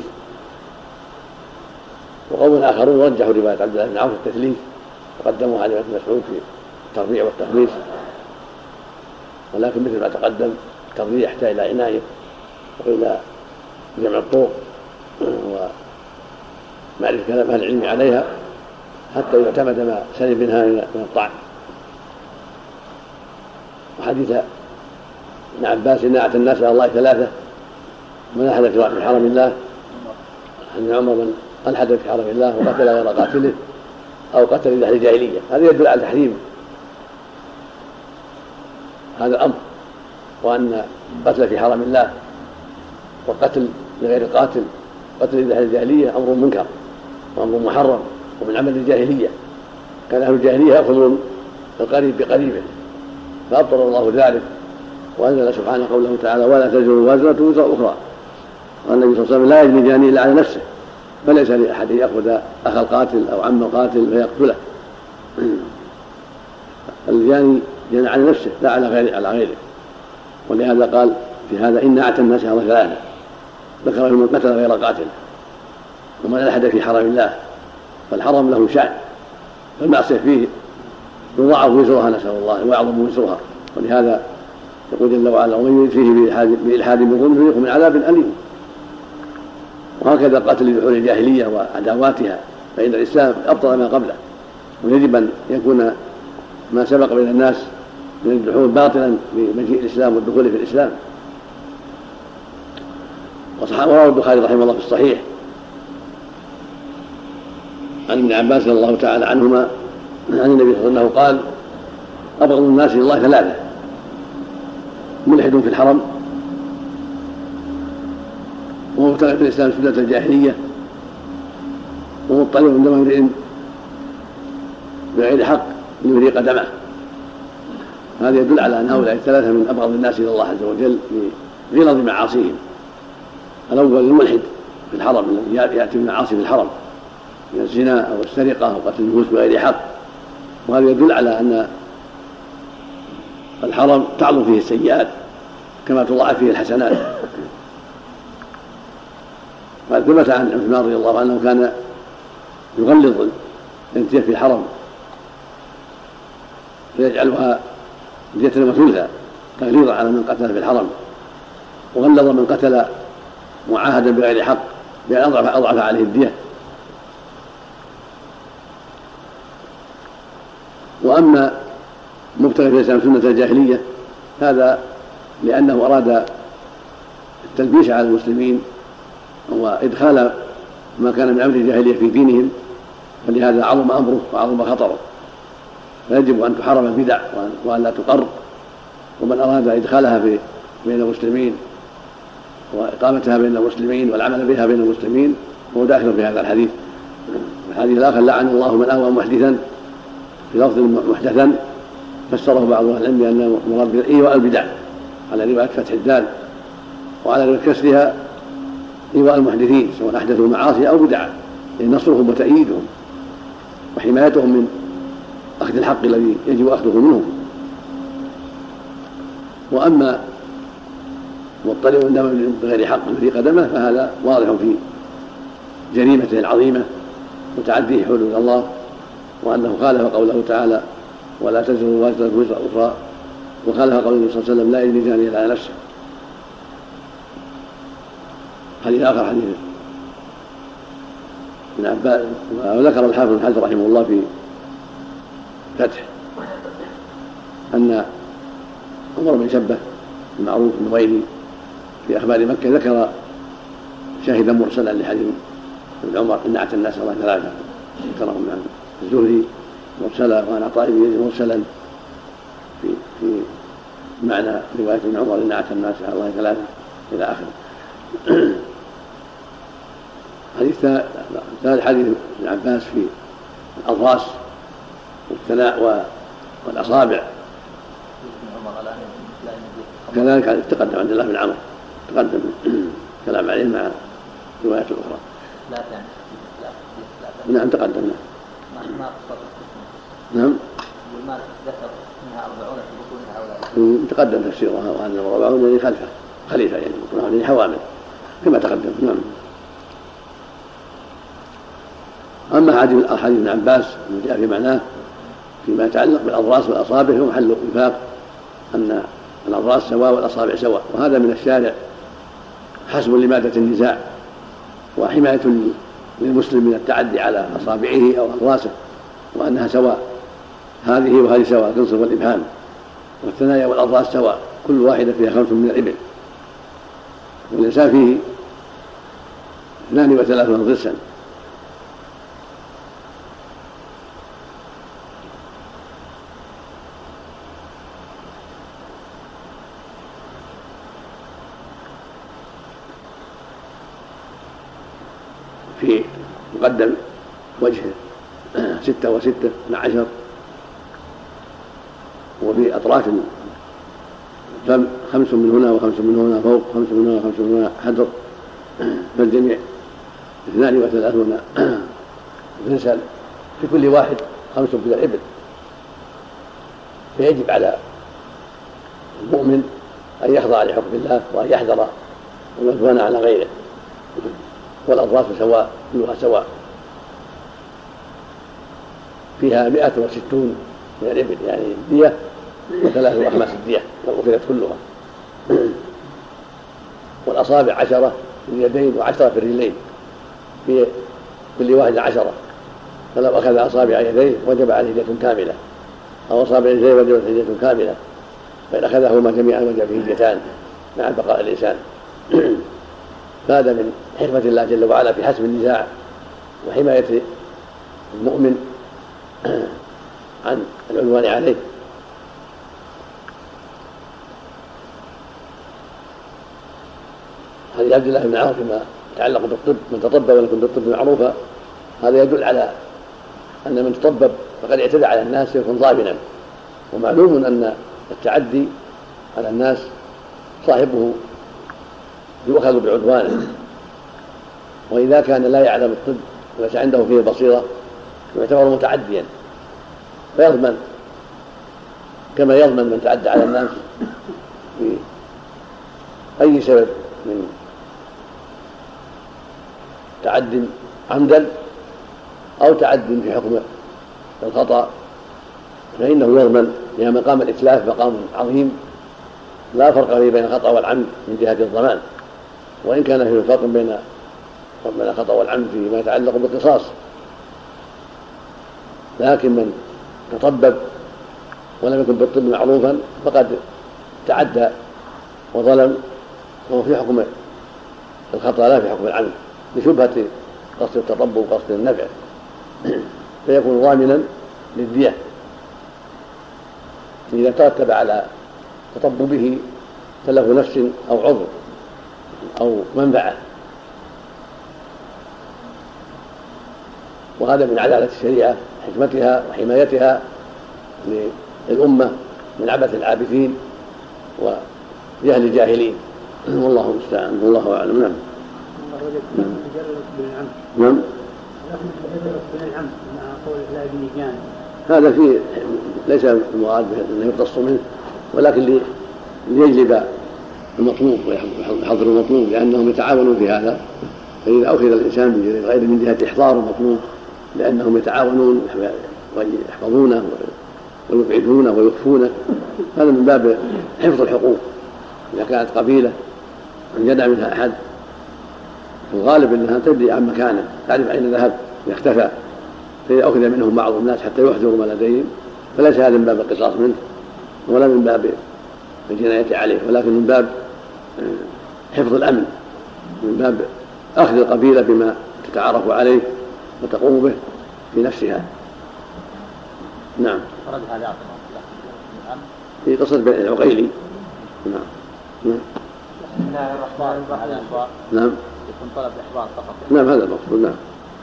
Speaker 1: وقوم آخرون رجحوا رواية عبد الله بن عمرو في التثليث وقدموا على ابن مسعود في الترضيع والتخليص، ولكن مثل ما تقدم الترضيع يحتاج إلى عناية وإلى جمع الطرق ومعرفة كلام أهل العلم عليها حتى يعتمد ما سلم منها من الطعن. وحديث ابن عباس إن أعتى الناس على الله ثلاثة: من أحد في حرم الله، أن عمر من ألحد في حرم الله وقتل غير قاتله أو قتل إلى أهل الجاهلية. هذا يدل على تحريم هذا الأمر، وأن قتل في حرم الله وقتل لغير قاتل قتل إلى أهل الجاهلية أمر منكر وأمر محرم ومن عمل الجاهلية. كان أهل الجاهلية يأخذون القريب بقريبه فأبطل الله ذلك، وأنزل سبحانه قوله تعالى: ولا تزر وازرة وزر أخرى. والنبي صلى الله عليه وسلم لا يجني جاني إلا على نفسه، فليس لأحد يأخذ أخ القاتل أو عم القاتل فيقتله. الجاني جنى على نفسه لا على غيره على غيره ولهذا قال في هذا: إن أعتى الناس على ثلاثة، ذكر من قتل غير قاتل ومن ألحد في حرم الله. فالحرم له شأن، فالمعصية فيه يضاعف وزرها نسأل الله ويعظم وزرها، ولهذا يقول جل وعلا: ومن يرد فيه بإلحاد بظلم يذيقه من عذاب أليم. وهكذا قتل لدخول الجاهلية وعداواتها، فإن الإسلام أبطل ما قبله، ويجب أن يكون ما سبق بين الناس من الدخول باطلا بمجيء الإسلام والدخول في الإسلام. وروى البخاري رحمه الله في الصحيح عن ابن عباس رضي الله تعالى عنهما عن النبي صلى الله عليه وسلم قال: أبغض الناس إلى الله ثلاثة: ملحد في الحرم، ومبتغي في الإسلام سنة الجاهلية، ومطلع دم امرئ بغير حق ليريق دمه. هذا يدل على أن هؤلاء الثلاثة من أبغض الناس إلى الله عز وجل لغلظ معاصيهم. الأول الملحد في الحرم الذي يأتي بالمعاصي في الحرم من الزنا أو السرقة أو قتل النفوس بغير حق، وهذا يدل على أن الحرم تعظم فيه السيئات كما تضاعف فيه الحسنات. قد ثبت عن عثمان رضي الله عنه كان يغلظ الدية في الحرم فيجعلها دية وثلثا تغليظا على من قتل في الحرم، وغلظ من قتل معاهدا بغير حق بأن أضعف, أضعف عليه الدية. وأما مبتغي في الإسلام سنة الجاهلية هذا لأنه أراد التلبيس على المسلمين وإدخال ما كان من أمر الجاهلية في دينهم، فلهذا عظم أمره وعظم خطره، فيجب أن تحرم البدع وأن لا تقر. ومن أراد إدخالها في بين المسلمين وإقامتها بين المسلمين والعمل بها بين المسلمين هو داخل في هذا الحديث. الحديث الآخر: لعن الله من أهوى محدثا، في لفظ محدثا فسره بعض أهل العلم بأنه مراد بالإيواء البدع على رواية فتح الدال، وعلى رواية كسرها إيواء المحدثين سواء أحدثوا معاصي أو بدعا، لأن نصرهم وتأييدهم وحمايتهم من أخذ الحق الذي يجب أخذه منهم. وأما مطلع دم بغير حق في قدمه فهذا واضح في جريمته العظيمة وتعديه حدود الله، وأنه خالف قوله تعالى: ولا تزر وازرة وزر أخرى، وخالف قول النبي صلى الله عليه وسلم: لا يجني جاني إلا على نفسه. حديث آخر حديث ابن عباس، وذكر الحافظ بن حجر رحمه الله في فتح أن عمر بن شبه المعروف بن غيري في أخبار مكة ذكر شاهدا مرسلا لحديث ابن عمر: إن أعتى الناس الله ثلاثة، ذكرهم عن الزهري مرسلا وعن عطاء بن يزيد مرسلا في في معنى رواية ابن عمر: إن أعتى الناس الله ثلاثة إلى آخره. حديث ثالث حديث ابن عباس في الأضراس والثناء والأصابع، كذلك تقدم عند الله بن عمر، تقدم كلام عليه مع روايات أخرى.
Speaker 2: لا يعني
Speaker 1: نعم تقدم.
Speaker 2: ما
Speaker 1: نعم
Speaker 2: والمال ذكر منها أربعون في بطونها أولاد
Speaker 1: تقدم تفسيرها، وأن الأربعون الذي خلفه خليفة يعني بطونها حوامل كما تقدم. نعم. أما حديث ابن عباس الذي جاء في معناه فيما يتعلق بالأضراس والأصابع هو محل اتفاق أن الأضراس سواء والأصابع سواء، وهذا من الشارع حسب لمادة النزاع وحماية للمسلم من التعدي على أصابعه أو أضراسه، وأنها سواء، هذه وهذه سواء القنصر والإبهام، والثنايا والأضراس سواء، كل واحدة فيها خمس من الإبل، والإنسان فيه اثنان وثلاثون ضرسا. في مقدم وجه ستة وستة من عشر، وفي أطراف الفم خمس من هنا وخمس من هنا فوق، خمس من هنا وخمس من هنا حدر، فالجميع اثنان وثلاثون ضرسا، في كل واحد خمس من الإبل. فيجب على المؤمن أن يخضع لحكم الله وأن يحذر العدوان على غيره، والأضراس سواء كلها سواء، فيها مئة وستون من الإبل، يعني الدية وثلاث أخماس الدية لو أخذت كلها. والأصابع عشرة في اليدين وعشرة في الرجلين، في كل واحد عشرة، فلو أخذ أصابع يديه وجب عليه هدية كاملة، أو أصابع يديه وجبت هدية كاملة، فإن أخذهما جميعا وجب فيه هديتان مع بقاء الإنسان. فهذا من حكمة الله جل وعلا في حسم النزاع وحماية المؤمن عن العدوان عليه. حديث عبد الله بن عمرو فيما يتعلق بالطب، من تطبب ولكن بالطب معروفا، هذا يدل على أن من تطبب فقد اعتدى على الناس يكون ظالما، ومعلوم أن التعدي على الناس صاحبه يؤخذ بعدوانه، وإذا كان لا يعلم الطب وليس عنده فيه البصيرة يعتبر متعديا، فيضمن كما يضمن من تعدى على الناس بأي سبب من تعد عمدا أو تعد في حكم الخطأ، فإنه يضمن، لأن مقام الإتلاف مقام عظيم لا فرق بين الخطأ والعمد من جهة الضمان، وإن كان فيه فرق بين بين الخطأ والعمد فيما يتعلق بالقصاص، لكن من تطبب ولم يكن بالطب معروفا فقد تعدى وظلم، وهو في حكم الخطأ لا في حكم العمد، لشبهة قصد التطبب وقصد النفع، فيكون ضامنا للدية إذا ترتب على تطببه تلف نفس أو عضو أو منفعة. وهذا من عدالة الشريعة، حكمتها وحمايتها للأمة من عبث العابثين وجهل الجاهلين، والله المستعان والله أعلم. نعم. نعم. هذا فيه ليس المراد أنه يقتص منه، ولكن ليجلب المطلوب ويحضر المطلوب، لأنهم يتعاونون في هذا، فإذا أخذ الإنسان من غير من جهة إحضار المطلوب لأنهم يتعاونون ويحفظونه ويبعدونه ويخفونه، هذا من باب حفظ الحقوق. إذا كانت قبيلة جدع منها أحد في الغالب أنها تدري عن مكانه، تعرف أين ذهب يختفى، فإذا أخذ منهم بعض الناس حتى يحذروا ما لديهم فليس هذا من باب القصاص منه ولا من باب الجناية عليه، ولكن من باب حفظ الأمن، من باب أخذ القبيلة بما تتعارف عليه وتقوم به في نفسها. نعم. في قصة بين العقيلي. نعم. نعم.
Speaker 2: بسم الله الرحمن الرحيم.
Speaker 1: نعم.
Speaker 2: يكون طلب إحضار فقط.
Speaker 1: نعم هذا المقصود. نعم.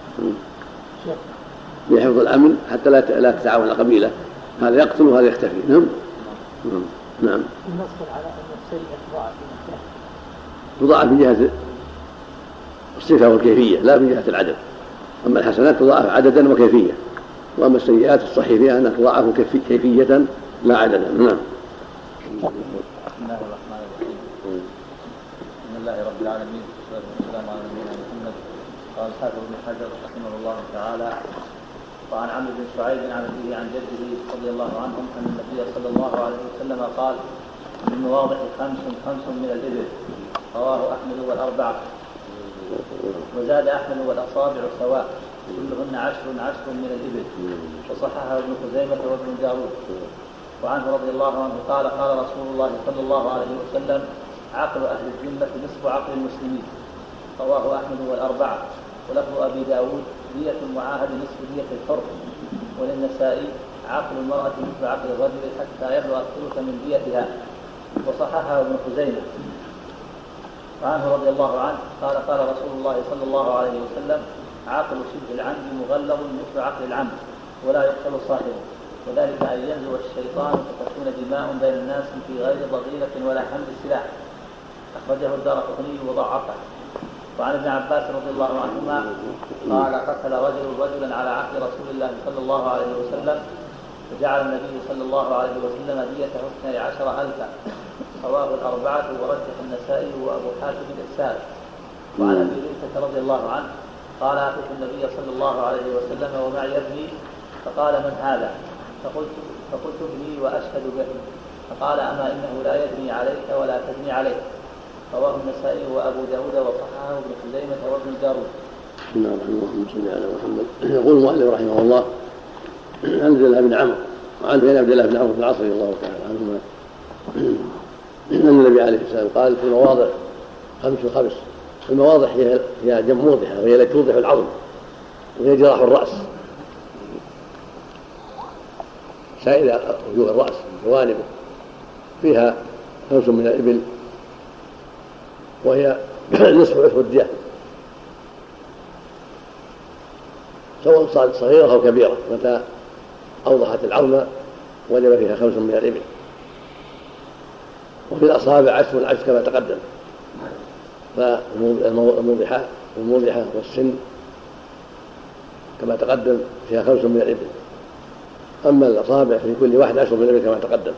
Speaker 1: بحفظ الأمن حتى لا لا تتعاون القبيلة، هذا يقتل وهذا يختفي. نعم. نعم.
Speaker 2: النص على أن السيئة تضاعف
Speaker 1: تضاعف من جهة الصفة والكيفية لا من جهة العدد، أما الحسنات تضاعف عددا وكيفية، وأما السيئات الصحيح فيها أنها تضاعف كيفية لا عددا. نعم.
Speaker 2: بسم الله الرحمن الرحيم. الحمد لله رب العالمين والصلاة والسلام على نبينا محمد. قال الحافظ ابن حجر رحمه الله تعالى: وعن عمرو بن شعيب عن أبيه عن جده رضي الله عنهم أن النبي صلى الله عليه وسلم قال: من المواضع خمس خمس من الإبل، رواه أحمد والأربعة. وزاد أحمد: والأصابع سواء كلهن عشر عشر من الإبل، وصححه ابن خزيمة وابن جارود. وعنه رضي الله عنه قال: قال رسول الله صلى الله عليه وسلم: عقل أهل الذمة نصف عقل المسلمين، رواه أحمد والأربعة. ولفظ أبي داود: دية المعاهد نصف دية الحر. وللنسائي: عقل المرأة مثل عقل الرجل حتى يبلغ الثلث من ديتها، وصححه ابن خزيمة. وعنه رضي الله عنه قال: قال رسول الله صلى الله عليه وسلم: عقل شبه العمد مغلظ مثل عقل العمد، ولا يقتل صاحبه، وذلك أن ينزو الشيطان فتكون دماء بين الناس في غير ضغينة ولا حمل السلاح. أخرجه الدارقطني وضعفه. وعن ابن عباس رضي الله عنهما قال: قتل رجل رجلا على عهد رسول الله صلى الله عليه وسلم، فجعل النبي صلى الله عليه وسلم ديته اثني عشر ألفا، رواه الأربعة ورجح النسائي وأبو حاتم الإرسال. وعن أبي هريرة رضي الله عنه قال: أتيت النبي صلى الله عليه وسلم ومعي ابني، فقال: من هذا؟ فقلت, فقلت ابني وأشهد به. فقال: أما إنه لا يجني عليك ولا تجني عليك، رواه النسائي وأبو داود وصححه ابن خزيمة وابن جارود.
Speaker 1: بسم الله الرحمن الرحيم. على محمد. يقول المؤلف رحمه الله: عن عبد الله بن عمرو وعن بن عبد الله بن عمرو بن العاص رضي الله تعالى عنهما أن النبي عليه السلام قال: في المواضع خمس خمس. المواضع هي هي جمع موضحة، وهي التي توضح العظم، وهي جراح الرأس، سائر وجوه الرأس جوانبه، فيها خمس من الإبل، وهي نصف عشر الدية، سواء صارت صغيرة أو كبيرة. متى أوضحت العظم وجب فيها خمس من الإبل. وفي الأصابع عشر العشر كما تقدم، فالموضحة والموضحة والسن كما تقدم فيها خمس من الإبل. أما الأصابع في كل واحد عشر من الإبل كما تقدم،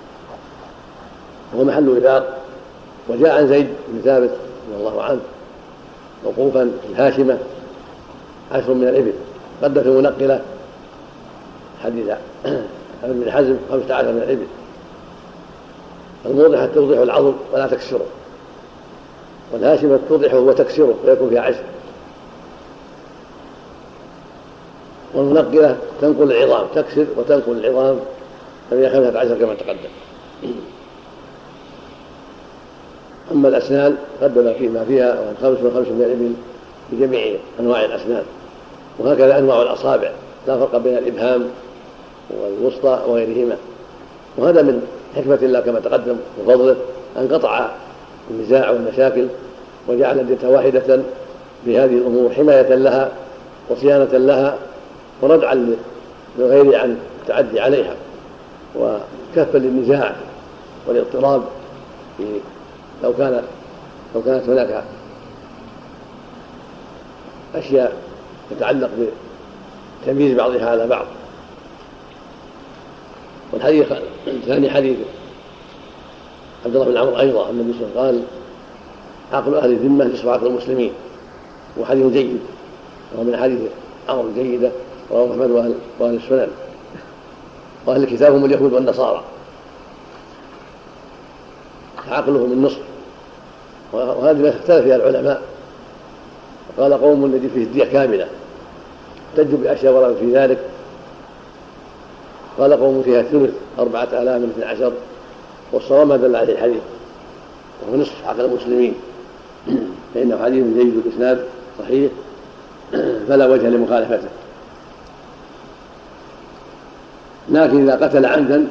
Speaker 1: وهو محل وفاق. وجاء عن زيد بن ثابت رضي الله عنه موقوفا الهاشمة عشر من الإبل، قدم في منقلة حديث ابن حزم خمسة عشر من الإبل. الموضحة توضح العظم ولا تكسره، والهاشمة توضحه وتكسره ويكون فيها عشر. والمنقلة تنقل العظام، تكسر وتنقل العظام، فهي خمسة عشر كما تقدم. أما الأسنان قدم فيما فيها خمس وخمس من الإبل بجميع أنواع الأسنان، وهكذا أنواع الأصابع لا فرق بين الإبهام والوسطى وغيرهما. وهذا من حكمة الله كما تقدم وفضله أن قطع النزاع والمشاكل وجعل الدية واحدة بهذه الأمور حماية لها وصيانة لها وردعا للغير عن التعدي عليها، وكفا للنزاع والاضطراب لو كان لو كانت هناك أشياء تتعلق بتمييز بعضها على بعض. والحديث الثاني حديث عبد الله بن عمرو أيضا النبي صلى الله عليه وسلم قال: عقل أهل الذمة نصف عقل المسلمين، وحديث جيد، وهو من حديث عمرو جيدة رواه أحمد وأهل, وأهل السنن. وأهل الكتاب هم اليهود والنصارى، عقلهم النصف، وهذه ما اختلف فيها العلماء. قال قوم الذي فيه الدية كاملة، احتجوا بأشياء ورد في ذلك. قال قوم فيها ثلث أربعة آلاف من اثني عشر، والصواب ما دل عليه الحديث، وهو نصف عقل المسلمين، فإنه حديث جيد الإسناد صحيح فلا وجه لمخالفته. لكن إذا قتل عمدا،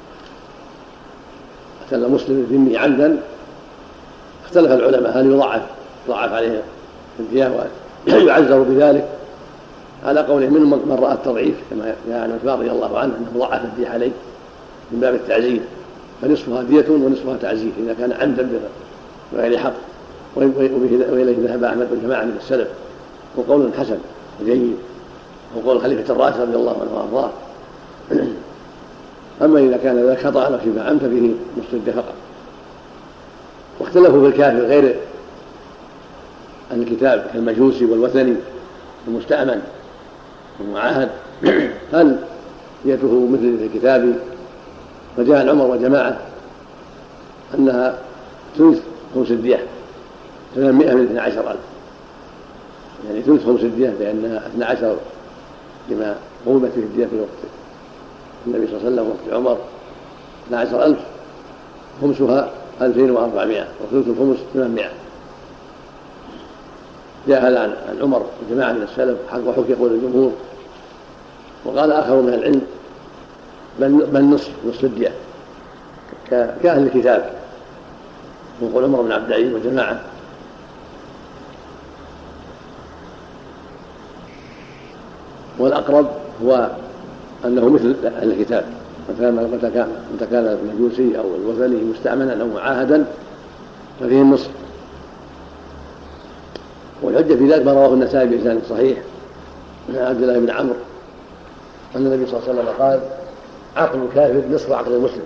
Speaker 1: قتل مسلم الذمي عمدا، اختلف العلماء هل يضعف يضعف عليه الدية ويعزر بذلك، على قوله منهم من رأى التضعيف كما جاء عن عثمان رضي الله عنه أنه ضعف الدية عليه من باب التعزير، فنصفها دية ونصفها تعزير إذا كان عمدا بغير حق. وإليه ذهب أحمد والجماعة من السلف، وقول حسن وجيد، وقول خليفة الراشد رضي الله عنه وأرضاه. أما إذا كان ذلك خطأ أو شبه عمد فيه نصف الدية فقط. واختلفوا في الكافر غير الكتاب كالمجوسي والوثني المستأمن والمعاهد هل ديته مثل الكتاب؟ فجاء عن عمر وجماعة أنها ثلث خمس الدية ثمانمائة من اثني عشر ألف، يعني ثلث خمس الدية لأنها اثني عشر لما قومت في الدية في وقت النبي صلى الله عليه وسلم وقت عمر اثني عشر ألف، خمسها ألفين وأربعمائة وثلث الخمس ثمانمائة. جاء هذا عن عمر وجماعة من السلف وحكي قول الجمهور، وقال آخر من العلم بل نصف نصف الدية كأهل الكتاب، وقول عمر بن عبد العزيز وجماعة. والأقرب هو أنه مثل أهل الكتاب، متى كان المجوسي أو الوثني مستأمنا أو معاهدا ففيه النصف. والحجة في ذلك ما رواه النسائي بإسناد صحيح من عبد الله بن عمرو أن النبي صلى الله عليه وسلم قال عقل الكافر نصف عقل المسلم،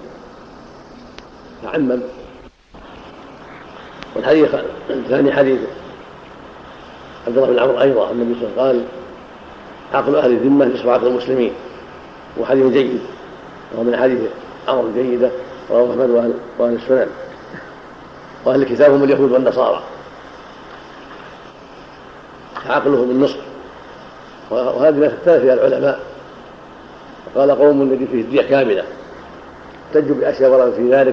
Speaker 1: فعمم. والحديث الثاني حديث عبد الله بن عمرو أيضا النبي صلى الله عليه وسلم قال عقل أهل الذمة نصف عقل المسلمين، وحديث جيد وهو من حديث عمرو الجيدة رواه أحمد وأهل, وأهل السنن. وأهل الكتاب هم اليهود والنصارى، عقلهم النصف. وهذه ما اختلف فيها العلماء، وقال قوم الذي فيه الدية كاملة احتجوا بأشياء ورد في ذلك.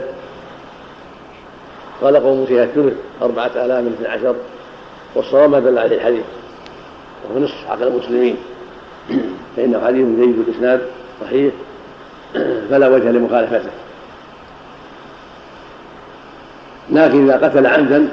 Speaker 1: قال قوم فيها الثلث أربعة آلاف من اثني عشر، والصواب ما دل عليه الحديث وهو نصف عقل المسلمين، فإنه حديث جيد الإسناد صحيح فلا وجه لمخالفته. لكن إذا قتل عمدا،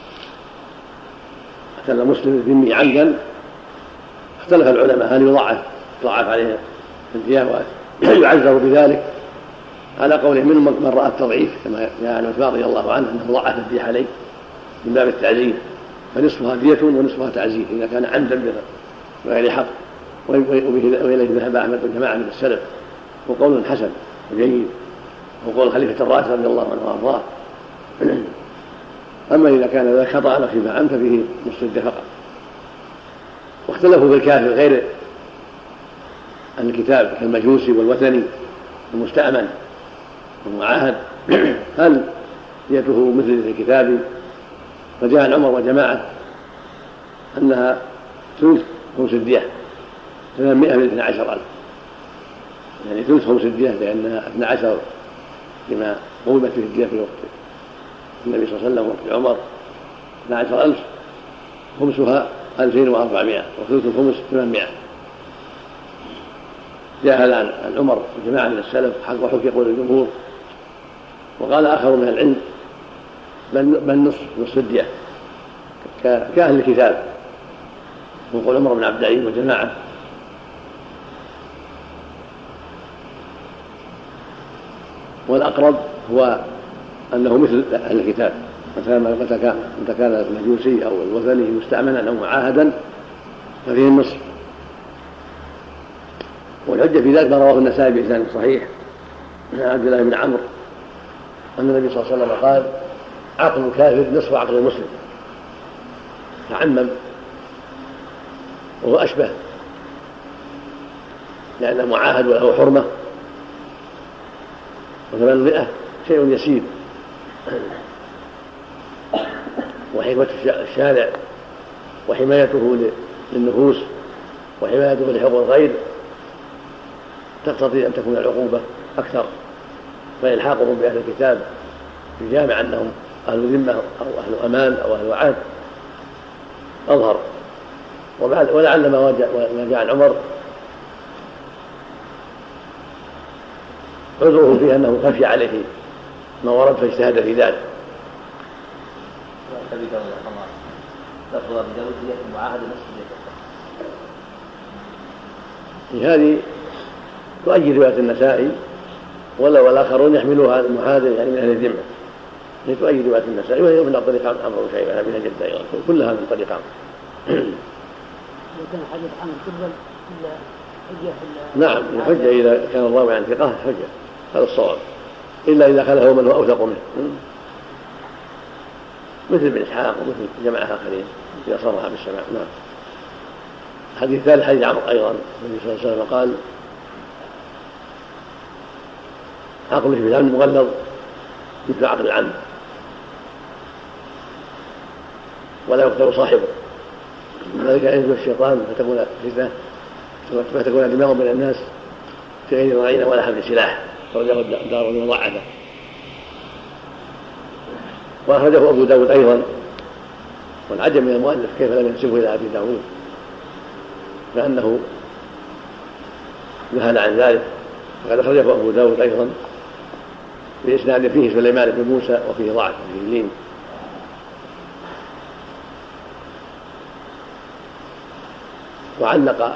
Speaker 1: قتل مسلم الذمي عمدا، اختلف العلماء هل يضاعف يضاعف عليه الدية ويعذر بذلك، على قوله منهم من رأى التضعيف كما جاء عن عثمان رضي الله عنه أنه ضاعف الدية عليه من باب التعزير، فنصفها دية ونصفها تعزير إذا كان عمدا بغير حق. وإليه ذهب أحمد وجماعة من السلف، وقول حسن وجيد، وقول خليفة الراشد رضي الله عنه وأرضاه. أما إذا كان ذلك خطأ وخفى عنه ففيه نصف الدية فقط. واختلفوا في الكافر غير الكتاب كالمجوسي والوثني المستأمن والمعاهد هل ديته مثل الكتاب؟ فجاء عن عمر وجماعة أنها ثلث خمس الدية ثمانمائة من اثني عشر ألف، يعني ثلث خمس الدية لأنها اثني عشر لما قومت في الدية في وقت النبي صلى الله عليه وسلم وقت عمر اثني عشر ألف، خمسها ألفين وأربعمائة وثلث الخمس ثمانمائة. جاء هذا عن عمر وجماعة من السلف وحكي قول الجمهور، وقال آخر من العلم بل نصف نصف الدية كأهل الكتاب، وقول عمر بن عبد العزيز وجماعة. والأقرب هو أنه مثل أهل الكتاب، متى كان المجوسي أو الوثني مستأمنا أو معاهدا ففيه النصف. والحجة في ذلك ما رواه النسائي بإسناد صحيح من عبد الله بن عمرو أن النبي صلى الله عليه وسلم قال عقل الكافر نصف عقل المسلم، فعمم. وهو أشبه لأنه معاهد وله حرمة، وثمانمائة شيء يسير. وحكمة الشارع وحمايته للنفوس وحمايته لحقوق الغير تقتضي أن تكون العقوبة أكثر، فإلحاقهم بأهل الكتاب في جامع أنهم أهل ذمة أو أهل أمان أو أهل وعاد أظهر. ولعل ما جاء عن عمر عذره فيه أنه خفي عليه ما ورد فاجتهد في ذلك. هذه تؤيد رواية النسائي، ولا والآخرون يحملوها المعاهد يعني من أهل الذمة، هي تؤيد رواية النسائي وهي من طريق عمرو بن شيبة بن جدة أيضا، كلها من طريق عمرو.
Speaker 4: كان حديث عمرو تقبل إلا حجة؟
Speaker 1: نعم الحجة إذا كان الراوي عن ثقة حجة، هذا الصواب، إلا إذا خلفه من هو أوثق منه مثل ابن إسحاق ومثل جماعة آخرين إذا صرح بالسماع. نعم. الحديث الثالث حديث عمرو أيضا النبي صلى الله عليه وسلم قال عقل في العمد مغلظ مثل عقل العمد ولا يقتل صاحبه، ذلك ينزل الشيطان فتكون فتنة فتكون دماغ بين الناس في غير ضعينة ولا حمل سلاح، أخرجه الدار المضاعفة. وأخرجه أبو داود أيضا، والعجب من المؤلف كيف لم ينسبه إلى أبي داود لأنه نهى عن ذلك، وقد أخرجه أبو داود أيضا بإسناد فيه سليمان بن موسى وفيه ضعف وفيه لين. وعلق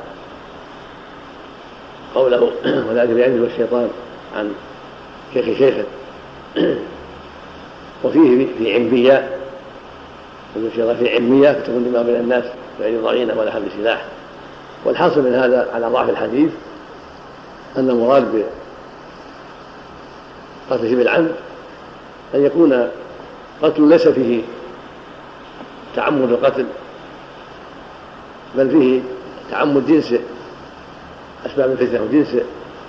Speaker 1: قوله وذلك بينزل الشيطان عن شيخ شيخه وفيه في عمياء، يقول الشيطان في عمياء فتكون دماء بين الناس غير ضعينة ولا حمل سلاح. والحاصل من هذا على ضعف الحديث أن المراد بقتله بالعمد أن يكون قتل ليس فيه تعمد القتل بل فيه تعمد جنس أسباب الفتنة وجنس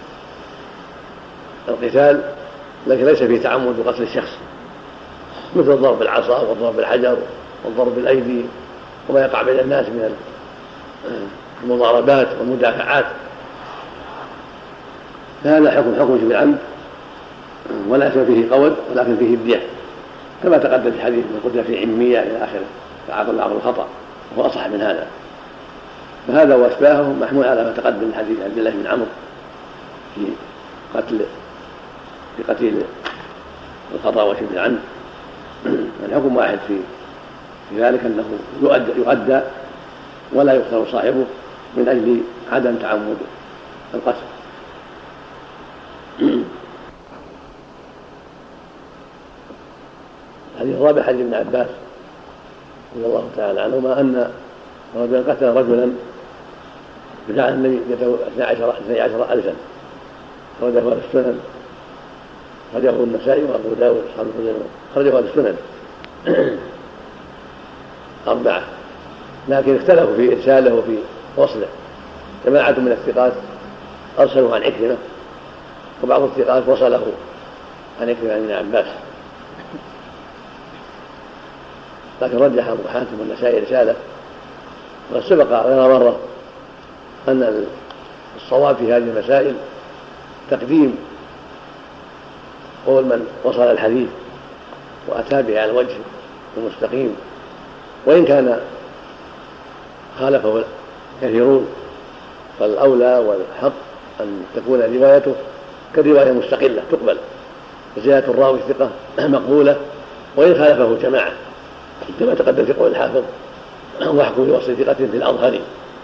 Speaker 1: القتال، لكن ليس فيه تعمد قتل الشخص، مثل الضرب بالعصا والضرب بالحجر والضرب بالأيدي وما يقع بين الناس من المضاربات والمدافعات. فهذا حكم حكم شبه العمد ولا فيه قود ولكن فيه الدية، كما تقدم في حديث من قتل في عمية إلى آخره فعقل عقل الخطأ، وهو أصح من هذا. فهذا وأشباهه محمول على ما تقدم من حديث عبد الله بن عمرو في قتل في قتيل الخطأ وشبه العمد. الحكم واحد في في ذلك أنه يؤدى, يؤدى ولا يقتل صاحبه من أجل عدم تعمد القتل. الحديث الرابع حديث ابن عباس رضي الله تعالى عنهما أن رجلا قتل رجلا بدعا النبي اثني عشر ألفا، أخرجه أهل السنن، أخرجه النسائي وأبو داود أصحاب السنن، أخرجه أهل السنن أربعة، لكن اختلفوا في إرساله وفي وصله. جماعة من الثقات أرسلوا عن عكرمة، وبعض الثقات وصله عن عكرمة عن ابن عباس، لكن رجح أبو حاتم والنسائي رسالة. وقد سبق غير مرة أن الصواب في هذه المسائل تقديم قول من وصل الحديث وأتى به على الوجه المستقيم، وإن كان خالفه كثيرون، فالأولى والحق أن تكون روايته كرواية مستقلة تقبل، زيادة الراوي ثقة مقبولة وإن خالفه جماعة، كما تقدم في قول الحافظ واحكم بوصل ثقة في الأظهر.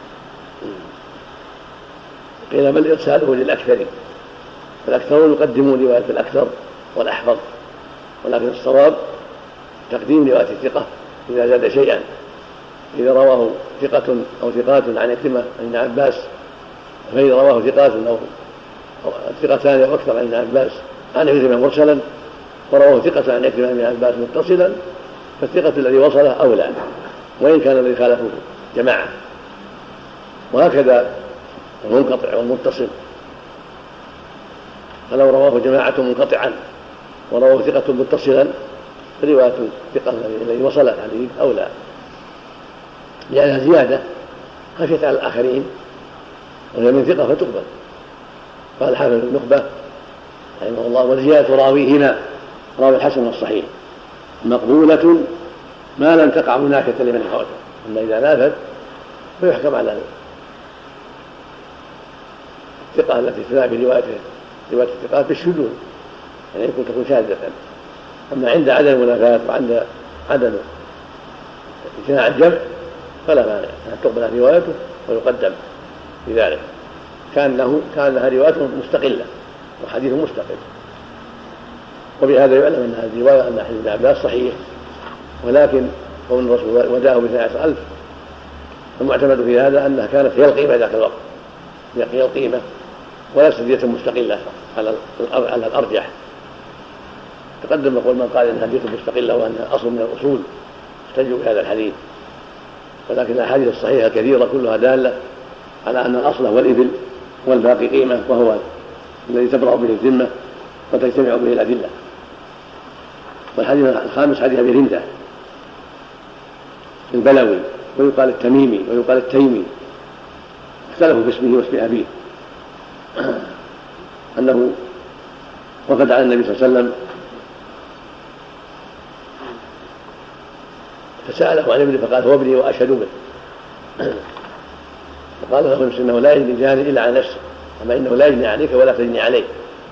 Speaker 1: قيل بل إرساله للأكثر، فالأكثرون يقدمون رواية الأكثر والأحفظ، ولكن الصواب تقديم رواية الثقة إذا زاد شيئا. إذا رواه ثقة أو ثقات عن عكرمة عن ابن عباس، فإذا رواه ثقات أو ثقتان أو أكثر عن ابن عباس عن عكرمة مرسلا، ورواه ثقة عن عكرمة عن ابن عباس متصلا، فالثقة الذي وصله أولى وإن كان الذي خالفه جماعة. وهكذا المنقطع والمتصل، فلو رواه جماعة منقطعا ورواه ثقة متصلا فرواية الثقة الذي وصل الحديث أولى، لأنها زيادة خشيت على الآخرين وهي من ثقة فتقبل. قال الحافظ النخبة رحمه الله: وزيادة راويهما راوي الحسن والصحيح مقبولة ما لم تقع مناكة لمن فوته، أما إذا نافت فيحكم على الثقة التي تنافي رواية رواية الثقات بالشذوذ، يعني يكون تكون شاذة. أما عند عدم المنافاة وعند عدم امتناع الجمع فلا مانع أن تقبل روايته ويقدم في ذلك، كان له كان لها روايته مستقلة وحديث مستقل. وبهذا يعلم أن هذه الرواية أن حديث ابن عباس صحيح، ولكن قول الرسول وداه باثني عشر ألف، المعتمد في هذا أنها كانت هي القيمة ذاك الوقت، هي القيمة وليست دية مستقلة على الأرجح. تقدم يقول من قال أنها دية مستقلة وأنها أصل من الأصول احتجوا بهذا الحديث، ولكن الأحاديث الصحيحة كثيرة كلها دالة على أن الأصل هو الإذن والباقي قيمة، وهو الذي تبرأ به الذمة وتجتمع به الأدلة. والحديث الخامس حديث أبي رندة البلوي، ويقال التميمي ويقال التيمي، اختلفوا في اسمه واسم أبيه، أنه وفد على النبي صلى الله عليه وسلم فسأله عن ابنه فقال هو ابني وأشهد به، فقال له المسلم انه لا يجني جاني الا على نفسه، اما انه لا يجني عليك ولا تجني عليه.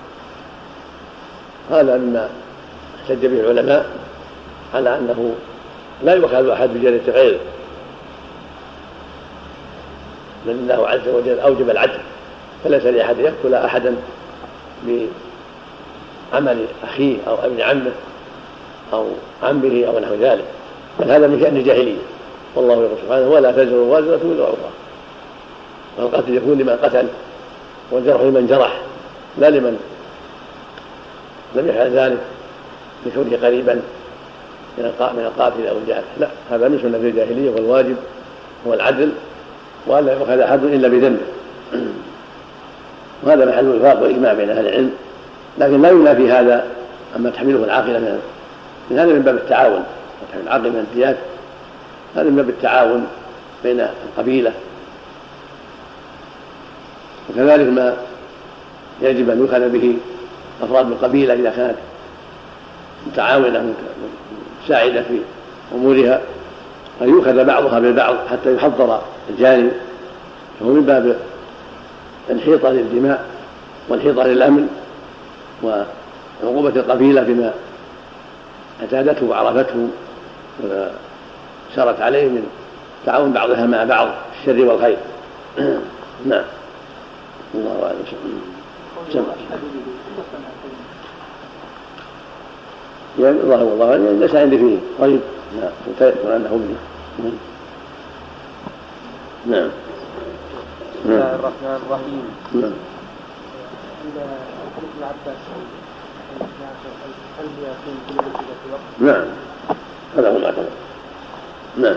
Speaker 1: هذا مما احتج به العلماء على انه لا يؤخذ احد بجنة غيره، بل الله عز وجل اوجب العدل، فليس لاحد يقتل احدا بعمل اخيه او ابن عمه او عمه او نحو ذلك، بل هذا من شأن الجاهليه. والله يقول سبحانه ولا تزر وازرة وزر أخرى، والقتل يكون لمن قتل والجرح لمن جرح، لا لمن لم يفعل ذلك لكونه قريبا من القاتل او الجارح، لا، هذا من سنة الجاهليه، والواجب هو العدل ولا يؤخذ احد الا بذنبه. وهذا محل الوفاق والاجماع بين اهل العلم، لكن لا ينافي هذا اما تحمله العاقله من من هذا من باب التعاون، وتحمل العاقل من الديات هذا من باب التعاون بين القبيله. وكذلك ما يجب ان يؤخذ به افراد القبيله اذا كانت متعاونه مساعده في امورها، ان يؤخذ بعضها بالبعض حتى يحضر الجاني، فهو من باب الحيطه للدماء والحيطه للامن وعقوبه القبيله بما اعتادته وعرفته وسارت عليه من تعاون بعضها مع بعض في الشر والخير. نعم، الله أعلم. سمع يعني الله والله ليس عندي فيه طيب. نعم، وتذكر أنه منه. نعم.
Speaker 3: بسم الله الرحمن الرحيم.
Speaker 1: نعم.
Speaker 4: ابن عباس هل يكون كل في وقت؟
Speaker 1: نعم، هذا هو المعتمد. نعم.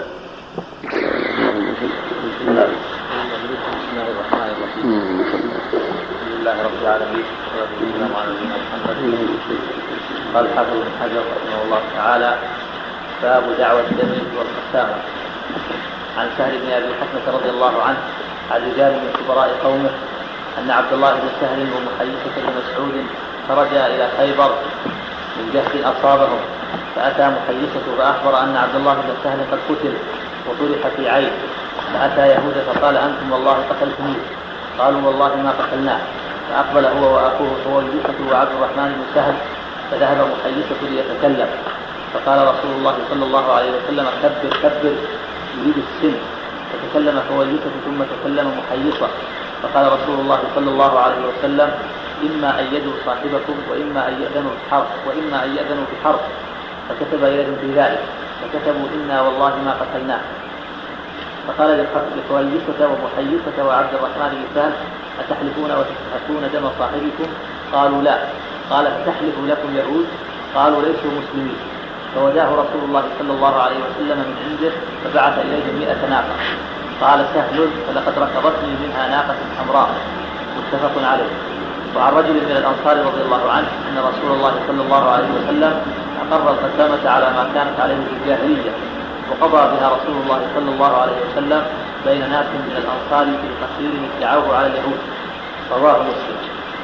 Speaker 1: نعم.
Speaker 2: بسم الله الرحمن الرحيم. الحمد لله رب العالمين والصلاة والسلام على نبينا محمد. قال الحافظ ابن حجر رحمه الله تعالى: باب دعوة الدم والقسامة. عن سهل بن ابي حثمة رضي الله عنه عن رجال من كبراء قومه ان عبد الله بن سهل ومحيصة بن مسعود خرجا الى خيبر من جهد اصابهم، فاتى محيصة فاخبر ان عبد الله بن سهل قد قتل وطرح في عين، فاتى يهود فقال: انتم والله قتلتموه. قالوا: والله ما قتلناه. فاقبل هو واخوه حويصة وعبد الرحمن بن سهل، فذهب محيصة ليتكلم، فقال رسول الله صلى الله عليه وسلم: كبر كبر يريد السن. فتكلم حويصة ثم تكلم محيصة، فقال رسول الله صلى الله عليه وسلم: إما أن يدعوا صاحبكم وإما أن يأذنوا بحرب وإما أن يأذنوا بحرب. فكتب إليهم في ذلك، فكتبوا: إنا والله ما قتلناه. فقال لحويصة ومحيصة وعبد الرحمن بن سهل: أتحلفون وتستحقون دم صاحبكم؟ قالوا: لا. قال: فتحلف لكم يهود؟ قالوا: ليسوا مسلمين. فوداه رسول الله صلى الله عليه وسلم من عنده، فبعث إليهم مئة ناقة. قال سهل: فلقد ركضتني منها ناقة حمراء. متفق عليه. وعن رجل من الأنصار رضي الله عنه أن رسول الله صلى الله عليه وسلم أقر القسامة على ما كانت عليه في الجاهلية، وقضى بها رسول الله صلى الله عليه وسلم بين ناس من الأنصار في تقصير ادعوه على اليهود. رواه مسلم.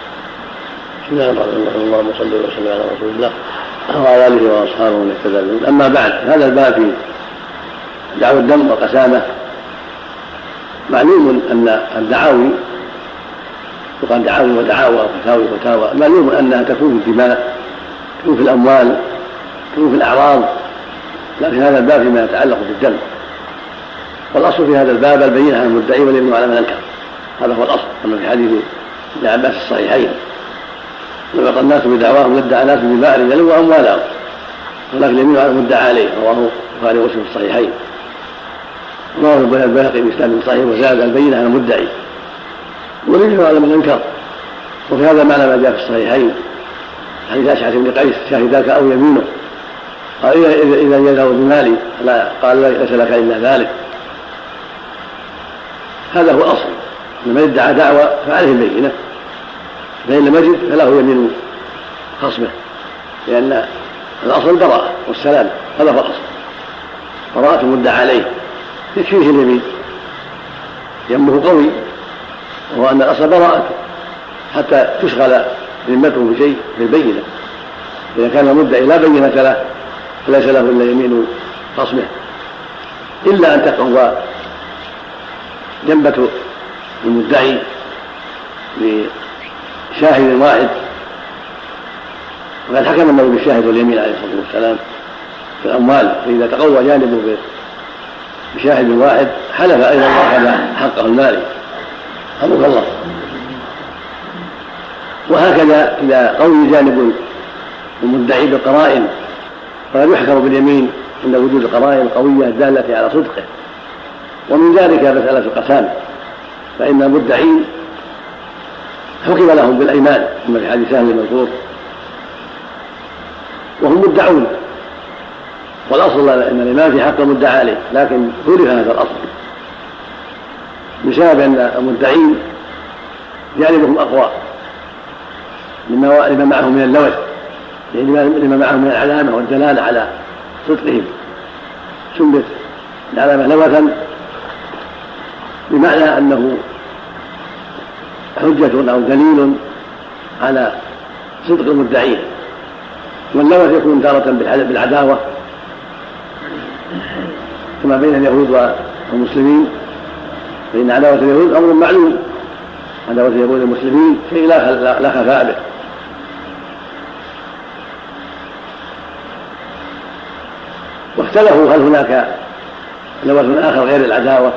Speaker 1: بسم الله الرحمن الرحيم. اللهم صل وسلم على رسول الله وعلى آله وأصحابه من اهتدى بهداه. أما بعد، هذا الباب في دعوى الدم والقسامة. معلوم أن الدعاوي تقال دعاوي ودعاوى وفتاوي وفتاوى، معلوم أنها تكون في الدماء، تكون في الأموال، تكون في الأعراض، لكن هذا الباب فيما يتعلق بالدم. والأصل في هذا الباب البينة على المدعي واليمين على من أنكر، هذا هو الأصل، كما في حديث ابن عباس الصحيحين: لو يعطى الناس بدعواهم لادعى الناس بدماء رجالهم وأموالهم، ولكن اليمين على المدعى عليه. رواه البخاري ومسلم في الصحيحين. رواه البيهقي بإسناد صحيح وزاد: البينة على المدعي واليمين على من أنكر. وفي هذا معنى ما جاء في الصحيحين حديث أشعث بن قيس: شاهداك أو يمينه، قال: إذا يذهب بمالي، قال: ليس لك إلا ذلك. هذا هو الأصل، من ادعى دعوى فعليه البينة، فإن لم يجد فله يمين خصمه، لأن الأصل براءة والسلام، هذا هو الأصل، براءة مدعى عليه يكفيه اليمين، يمه قوي، وهو أن الأصل براءة حتى تشغل ذمته بشيء بالبينة. إذا كان المدعي لا بينة له فليس له إلا يمين خصمه، إلا أن تقوى جنبة المدعي بشاهد واحد، وقد حكم النبي بالشاهد واليمين عليه الصلاة والسلام في الأموال، فإذا تقوى جانبه بشاهد واحد حلف أيضا وأخذ حقه المالي، حفظ الله. وهكذا إذا قوي جانب المدعي بالقرائن فقد يحكم باليمين عند وجود القرائن القوية الدالة على صدقه. ومن ذلك مسألة القسام، فإن المدعين حكم لهم بالأيمان كما في حديث سهل المذكور، وهم مدعون، والأصل أن الإيمان في حق المدعى عليه، لكن خلف هذا الأصل بسبب أن المدعين جانبهم أقوى لما معهم من اللوث، لما معهم من العلامة والدلالة على صدقهم، سمت العلامة لوثا بمعنى أنه حجة أو دليل على صدق المدعين. واللوث يكون تارة بالعداوة كما بين اليهود والمسلمين، فإن عداوة اليهود أمر معلوم، عداوة اليهود والمسلمين شيء لا خفاء به. واختلفوا هل هناك لوث آخر غير العداوة،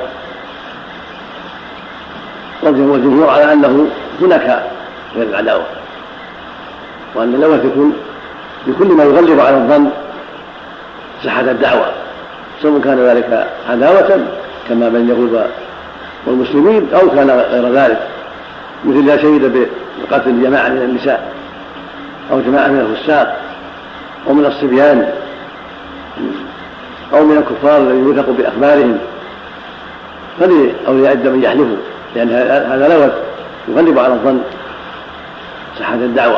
Speaker 1: والجمهور على أنه هناك غير العداوة، وأن اللوث يكون بكل ما يغلب على الظن صحة الدعوة، سواء كان ذلك عداوة كما بين اليهود والمسلمين أو كان غير ذلك، مثل إذا شهد بقتل جماعة من النساء أو جماعة من الفساق أو من الصبيان أو من الكفار الذين يوثق بأخبارهم، فلأولياء الدم يحلفوا، لأن هذا لوث يغلب على الظن صحة الدعوة.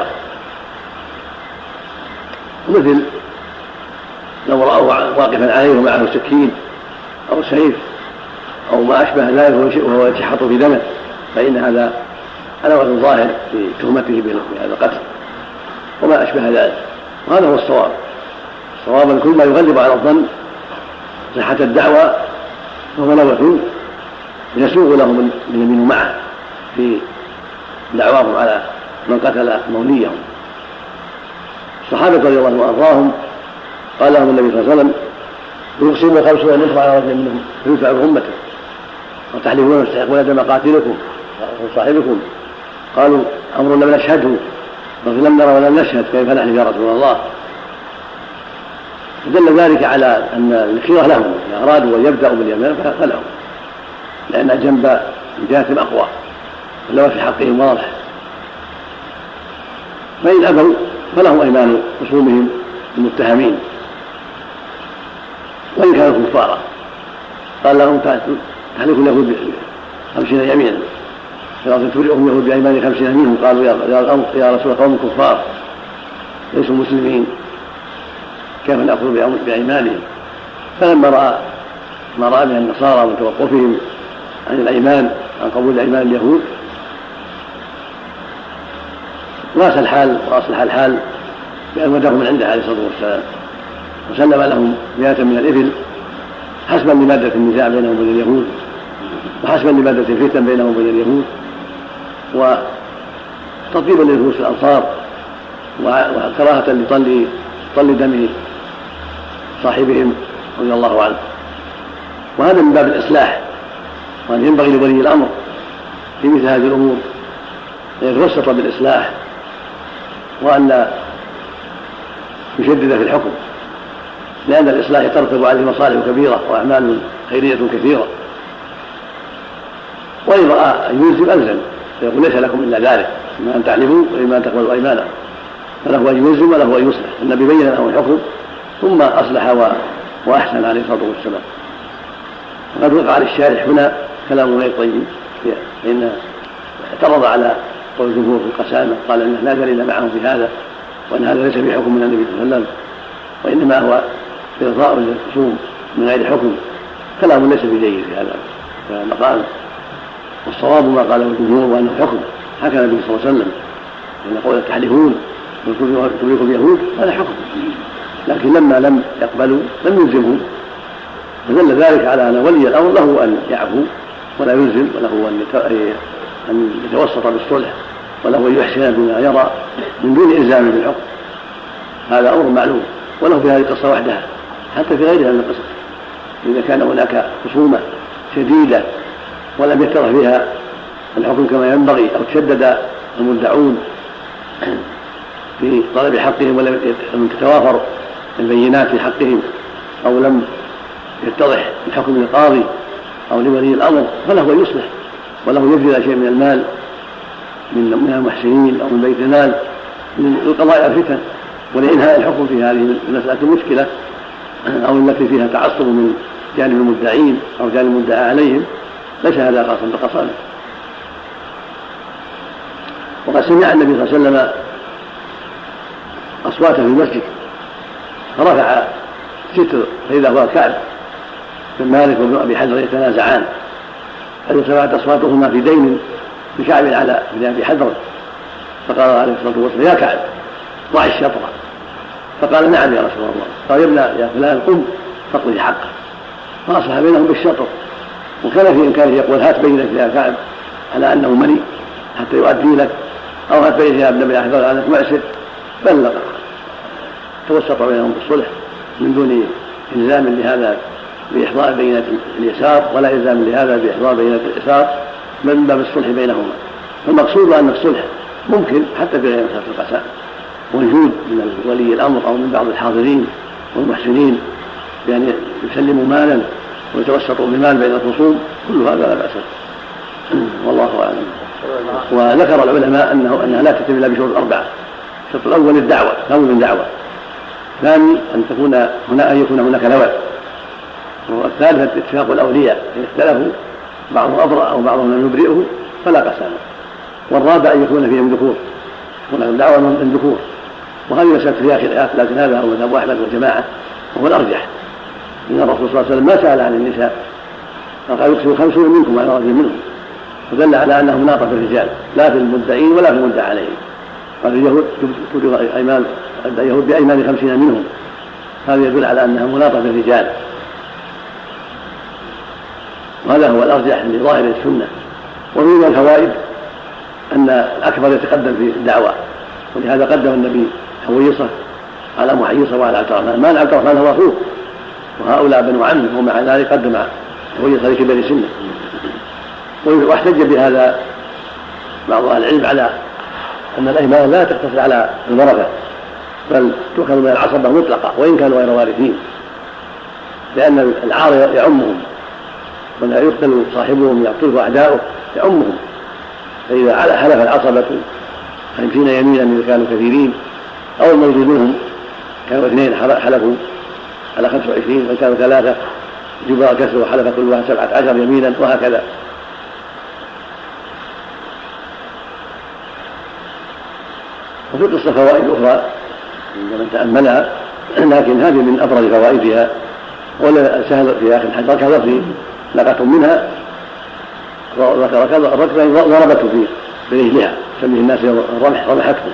Speaker 1: مثل لو رأوا واقفا عليه ومعه سكين أو سيف أو ما أشبه ذلك وهو يتشحط في دمه، فإن هذا لوث ظاهر في تهمته بهذا القتل وما أشبه ذلك. وهذا هو الصواب، الصواب أن كل ما يغلب على الظن صحة الدعوة فهو لوث يسوغ لهم اليمين معه في دعواهم على من قتل موليهم. الصحابة رضي الله عنهم وأرضاهم قال لهم النبي صلى الله عليه وسلم: يقسم خمسون نصف على رجل منهم فيدفع بأمته وتحلفون تستحقون دم قاتلكم وصاحبكم. قالوا: أمر لم نشهده، لم نرى ولم نشهد، كيف نحلف يا رسول الله؟ دل ذلك على أن الخيرة لهم، إذا أرادوا أن يبدأوا باليمين فلهم، لأن جنب جهتهم أقوى ولو في حقهم واضح. فإن أبوا فلهم أيمان خصومهم المتهمين وإن كانوا كفارا. قال لهم: تحلف اليهود خمسين يمينا، فلو تبرئهم اليهود بأيمان خمسين منهم. قالوا: يا رسول قوم كفار ليسوا مسلمين، كيف نأخذ بأيمانهم؟ فلما رأى ما رأى من النصارى وتوقفهم عن الأيمان، عن قبول الأيمان اليهود، واسى الحال وأصلح الحال بأن وداهم من عنده عليه الصلاة والسلام، وسلم لهم مئة من الإبل حسبا لمادة النزاع بينهم وبين اليهود، وحسبا لمادة الفتن بينهم وبين اليهود، وتطيبا لنفوس الأنصار، وكراهة لطل طل دم صاحبهم رضي الله عنه. وهذا من باب الإصلاح، وأن ينبغي لولي الأمر في مثل هذه الأمور أن يتوسط بالإصلاح، وأن يشدد في الحكم، لأن الإصلاح يترتب عليه مصالح كبيرة وأعمال خيرية كثيرة. وإن رأى أن يلزم ألزم، فيقول: ليس لكم إلا ذلك، إما أن تحلفوا وإما أن تقبلوا أيمانا، فله أن يلزم وله أن يصلح. النبي بين له الحكم ثم أصلح وأحسن عليه الصلاة والسلام. وقد وقع للشارح هنا كلام غير طيب، فإن اعترض على قول الجمهور في القسامة، قال إنه لا دليل معهم في هذا، وأن هذا ليس بحكم من النبي صلى الله عليه وسلم، وإنما هو إرضاء للخصوم من غير حكم. كلام ليس بجيد في هذا المقام، والصواب ما قاله الجمهور وأنه حكم حكى النبي صلى الله عليه وسلم، لأن قول تحلفون وتبركوا اليهود هذا حكم، لكن لما لم يقبلوا لم يلزمهم، فدل ذلك على أن ولي الأمر له أن يعفو ولا يلزم، وله أن يتوسط بالصلح، وله أن يحسن بما يرى من دون إلزام بالحكم. هذا أمر معلوم، وله في هذه القصة وحدها حتى في غيرها من القصص. إذا كان هناك خصومة شديدة ولم يتضح فيها الحكم كما ينبغي، أو تشدد المدعون في طلب حقهم ولم تتوافر البينات في حقهم، أو لم يتضح الحكم للقاضي أو لولي الأمر، فله أن يصلح، وله يبذل شيء من المال من المحسنين أو من بيت المال للقضاء الفتن ولإنهاء الحكم في هذه المسألة المشكلة، أو التي فيها تعصب من جانب المدعين أو جانب المدعى عليهم. ليس هذا خاصا بالقصامى. وقد سمع النبي صلى الله عليه وسلم أصواتا في المسجد، فرفع ستر فإذا هو كعب بن مالك وابن أبي حذر يتنازعان، حيث سمعت أصواتهما في دين بكعب على ابن أبي حذر، فقال عليه الصلاة والسلام: يا كعب ضع الشطر. فقال: نعم يا رسول الله. قال: يا ابن يا فلان قم فاقضي حقه. فأصلح بينهم بالشطر، وكان في إمكانه يقول: هات بينك يا كعب على أنه مني حتى يؤدي لك، أو هات بينك يا ابن أبي حذر على أنك مأسر، بل توسط بينهم بالصلح من دون إلزام لهذا بإحضار بينة اليسار، ولا إلزام لهذا بإحضار بينة اليسار، من باب الصلح بينهما. فالمقصود أن الصلح ممكن حتى بغير مسألة القسام، وجود من ولي الأمر أو من بعض الحاضرين والمحسنين بأن يسلموا مالا ويتوسطوا بمال بين الخصوم، كل هذا لا بأس، والله أعلم. وذكر العلماء أنه أنها لا تتم إلا بشروط أربعة. الشرط الأول الدعوة، نوع من دعوة. ثاني أن تكون هنا أن يكون هناك نوى. والثالث اتفاق الأولياء، إن اختلفوا بعضهم أبرأ أو بعضهم لم يبرئه فلا قسامة. والرابع أن يكون فيهم ذكور، هناك دعوة من ذكور، وهذه مسألة فيها خلاف، لكن هذا هو مذهب أحمد والجماعة وهو الأرجح، إن الرسول صلى الله عليه وسلم ما سأل عن النساء، فقال: يقسم خمسون منكم وأنا راضي منهم، ودل على أنه مناط في الرجال لا في المدعين ولا في المدعى عليهم. قال: اليهود تبلغ أيمان اليهود بأيمان خمسين منهم، هذا يدل على أنها مناط في الرجال، وهذا هو الأرجح لظاهر السنة. ومن الفوائد أن الأكبر يتقدم في الدعوة، ولهذا قدم النبي حويصة على محيصة وعلى عبد الرحمن، ما عبد الرحمن هو أخوه وهؤلاء بنو عمه، ومع ذلك قدم حويصة لكبر سنه. واحتج بهذا بعض أهل العلم على أن الأيمان لا تقتصر على الورثة، بل تؤخذ من العصبة مطلقة وإن كانوا غير وارثين، لأن العار يعمهم، ولا يقتل صاحبهم يقتله أعداؤه يعمهم. فإذا حلف العصبة خمسين يمينا إذا كانوا كثيرين، أو الموجود منهم كانوا اثنين حلفوا على خمسة وعشرين، وإن كانوا ثلاثة جبر كسر وحلف كل واحد سبعة عشر يمينا، وهكذا. وفي القصة فوائد أخرى من تأملها، لكن هذه من أبرز فوائدها. ولا سهل في آخر الحديث: ركض في لقة منها، ركض ضربته في برجلها، يسميه الناس الرمح، رمحته.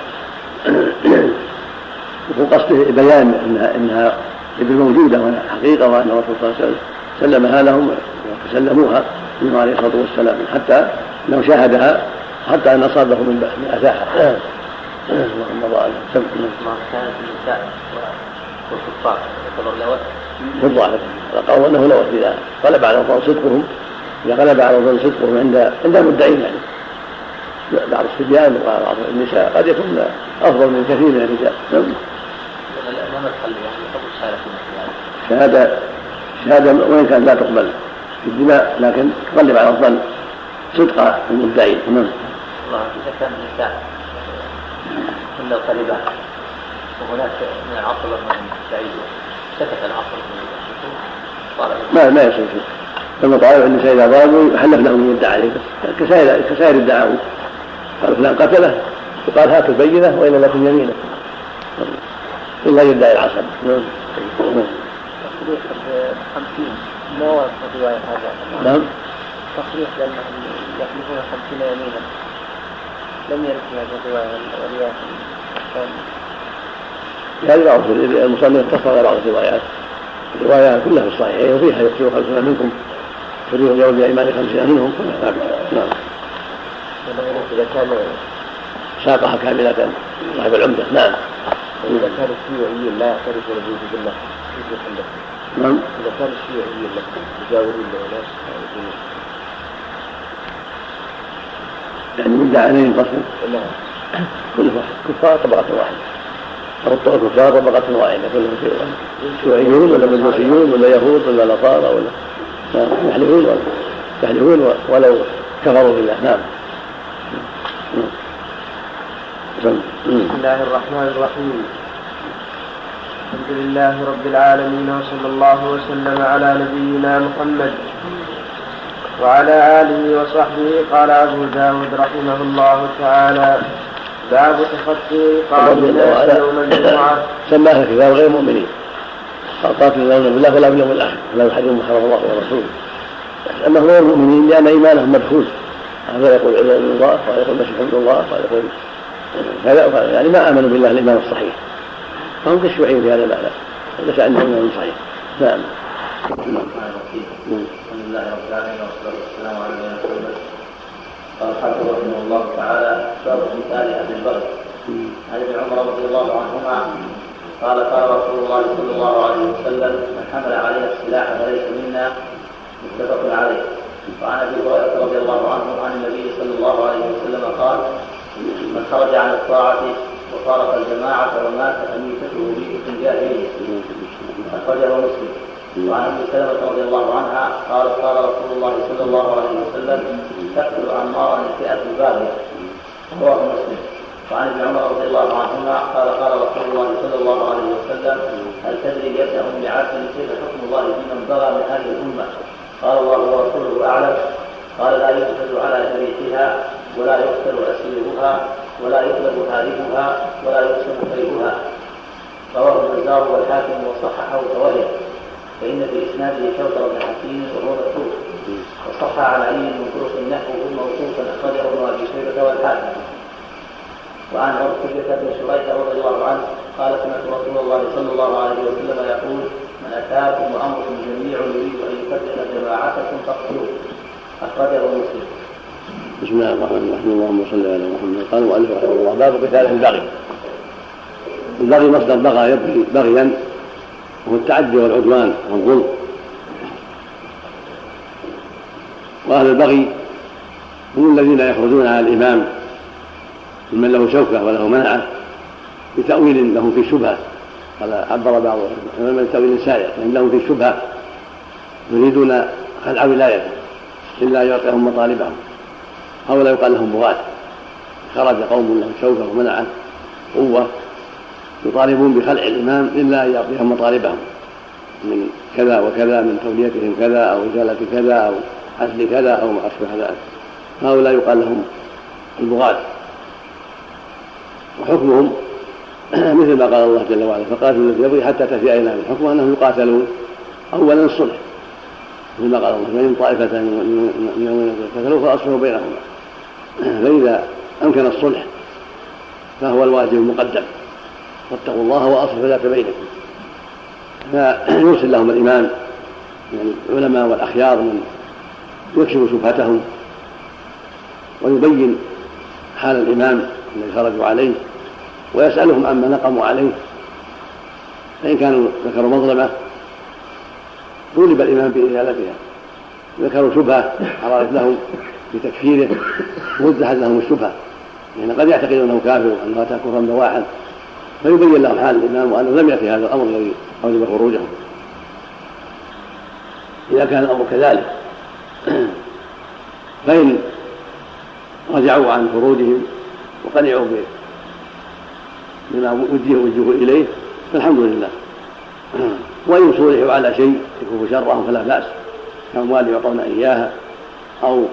Speaker 1: وقصده بيان إنها, إنها ابن موجودة وأنها حقيقة، وأن الرسول صلى الله عليه وسلم سلمها لهم وسلموها منه عليه الصلاة والسلام، حتى لو شاهدها حتى أن أصابه من أذاها. اللهم الله أعلم.
Speaker 2: ما كانت النساء والكفار يعتبر لوث
Speaker 1: في الظاهر، قالوا أنه لوث إذا غلب على الظن صدقهم، إذا غلب على الظن صدقهم عند عند المدعين، يعني بعض الصبيان وبعض النساء قد يكون أفضل من كثير من الرجال.
Speaker 2: ما مدخل يعني حكم الشهادة في المثل؟
Speaker 1: شهادة شهادة وإن كان لا تقبل في الدماء، لكن تغلب على الظن صدق المدعين.
Speaker 2: الله إذا كان النساء من القريبات وهناك من العصر من بعيد سكت العصر
Speaker 1: ما ما يصير شيء، المطالب النساء إذا ضربوا حلفنا من يدعى عليه كسائر كسائر الدعاوي، قال فلان قتله وقال هات البينة وإلا لكم يمينه إلا يدعي العصب.
Speaker 2: تصريح خمسين ما هو رواية هذا؟
Speaker 1: نعم
Speaker 2: تصريح لأنهم يحلفون خمسين يمينا لم يرد في هذه الرواية ورواية
Speaker 1: هذه بعض المصنف اتصل على بعض الروايات، الروايات كلها في الصحيحين وفيها يكفر خمسين منكم تريهم يوم بإيمان خمسين منهم كلها ثابتة. نعم.
Speaker 2: إذا كان
Speaker 1: ساقها كاملة صاحب العمدة. نعم.
Speaker 2: إذا كان الشيوعيين لا يعترفون بوجود الله كيف يحلف؟
Speaker 1: نعم.
Speaker 2: إذا كان الشيوعيين يجاورون لناس
Speaker 1: يعني مدعى عليهم قصد؟
Speaker 2: نعم.
Speaker 1: كل واحد كفار طبقة واحدة، أو الكفار طبقة واحدة كلهم شيوعيون ولا مجوسيون ولا يهود ولا نصارى ولا يحلفون يحلفون ولو كفروا بالله. نعم.
Speaker 2: بسم الله الرحمن الرحيم. الحمد لله رب العالمين وصلى الله وسلم على نبينا محمد وعلى آله وصحبه. قال أبو داود رحمه الله تعالى باب تخطي قاضي الناس يوم الجمعة.
Speaker 1: سماها كتاب غير مؤمنين قاتلوا يؤمنون بالله ولا باليوم الآخر ولا يحرمون ما حرم الله ورسوله. أما غير المؤمنين لأن إيمانهم مدخول، هذا يقول عز من الله وهذا يقول مسيح ابن الله وهذا يقول هذا يعني ما آمنوا بالله الإيمان الصحيح، فهم كالشيوعيين في هذا المعنى ليس عندهم إيمان صحيح. نعم.
Speaker 2: الحمد لله رب العالمين والصلاة والسلام على نبينا محمد. قال حافظ رحمه الله تعالى باب مثال أبي البكر عن ابن عمر رضي الله عنهما قال قال رسول الله صلى الله عليه وسلم من حمل علينا السلاح فليس منا متفق عليه. وعن ابي هريره رضي الله عنه عن النبي صلى الله عليه وسلم قال من خرج عن الطاعه وفارق الجماعه ومات فميتته ميته جاهليه اخرجه مسلم. وعن ام سلمه رضي الله عنها قال قال رسول الله صلى الله عليه وسلم تقتل عمارا الفئه الباغيه رواه مسلم. وعن ابن عمر رضي الله عنهما قال قال رسول الله صلى الله عليه وسلم هل تدري يا ابن ام عاصم كيف حكم الله بمن بغى من هذه الامه؟ قال الله ورسوله اعلم. قال لا يقتل على جريحها ولا يقتل اسيرها ولا يطلب هاربها ولا يقسم كيدها. رواه البزار والحاكم وصححه ووهب. فان في اسناده شوطر بن حكيم وهو متروك. وصح عن علي من طرق النحو موقوفا اخرجه ابن ابي شيبه والحاكم. وعن عروة بن شريح رضي الله عنه قال سمعت رسول الله صلى الله عليه وسلم يقول من اتاكم وامركم جميع يريد ان يفرق جماعتكم فاقتلوه اخرجه مسلم.
Speaker 1: بسم الله الرحمن الرحيم. اللهم صل على محمد. قال المؤلف رحمه الله باب قتال البغي. البغي مصدر بغى يبغي بغيا وهو التعدي والعدوان والظلم. واهل البغي هم الذين يخرجون على الامام ممن له شوكه وله منعه بتاويل له في شبهه. قال عبر بعض من تاويل سائر لان له في شبهه يريدون خلع ولايته الا يعطيهم مطالبهم. هؤلاء يقال لهم بغاة. خرج قوم له شوكه ومنعه قوه يطالبون بخلع الامام الا ان يعطيهم مطالبهم من كذا وكذا، من توليتهم كذا او ازاله كذا او عزل كذا او ما اشبه ذلك. هؤلاء يقال لهم البغاة. وحكمهم مثل ما قال الله جل وعلا فقاتلوا الذي يبغي حتى تفيء الى امر الحكم انهم يقاتلون اولا الصلح مثل ما قال الله فان طائفتان من يومين قتلوا فاصلحوا بينهما. فاذا امكن الصلح فهو الواجب المقدم واتقوا الله واصلحوا ذات بينكم. فيرسل لهم الامام يعني العلماء والاخيار من يكشف شبهتهم ويبين حال الامام الذي خرجوا عليه ويسألهم عما نقموا عليه. فإن كانوا ذكروا مظلمة طولب الإمام بإزالتها، ذكروا شبهة أرادت لهم بتكفيره ووزحت لهم الشبهة لأن يعني قد يعتقدون أنه كافر وأنه أتى كفرا بواحا، فيبين لهم حال الإمام وأنه لم يأتي هذا الأمر الذي أوجب خروجهم. إذا كان الأمر كذلك فإن رجعوا عن خروجهم وقنعوا بما وجهوا إليه فالحمد لله. وإن صلحوا على شيء يكون شرهم فلا بأس، كأموال يعطون إياها أو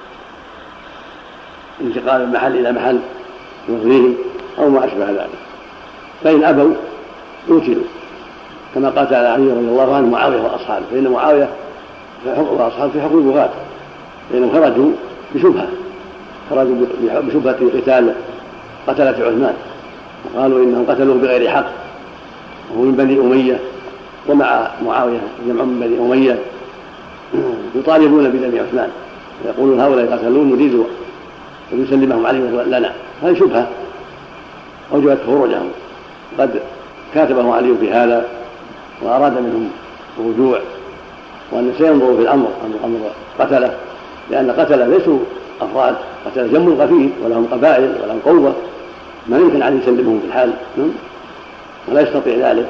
Speaker 1: انتقال المحل إلى محل يغنيهم أو ما أشبه ذلك. فإن أبوا قتلوا كما قاتل علي رضي الله عنه معاوية وأصحابه، فإن معاوية وأصحابه في حكم البغاة، فإنهم خرجوا بشبهة خرجوا بشبهة قتال قتلة عثمان، وقالوا إنهم قتلوه بغير حق وهو من بني أمية، ومع معاوية جمع من بني أمية يطالبون بدم عثمان ويقولون هؤلاء قتلون نريد أن يسلمهم عليه لنا. هذه شبهة أوجبت خروجهم. قد كاتبه علي في هذا وأراد منهم الرجوع وأن سينظروا في الأمر أمر قتله، لأن قتله ليسوا أفراد، قتله جم غفير ولهم قبائل ولهم قوة، ما يمكن علي يسلمهم في الحال ولا يستطيع ذلك.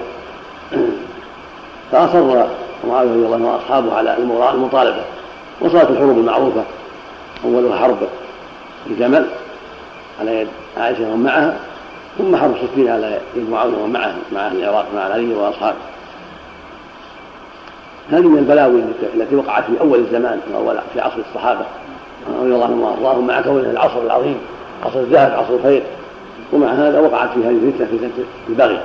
Speaker 1: فأصر معاوية رضي الله عنه وأصحابه على المطالبة، وصارت الحروب المعروفة أولها حرب الجمل على يد عائشة ومعها، ثم حرب صفين على يد معاوية ومعه مع أهل العراق مع علي وأصحابه. هذه من البلاوي التي وقعت في أول الزمان في عصر الصحابة رضي الله عنهم وأرضاهم، مع كونه العصر العظيم عصر الذهب عصر الخير، ومع هذا وقعت في هذه الفتنة فتنة البغي.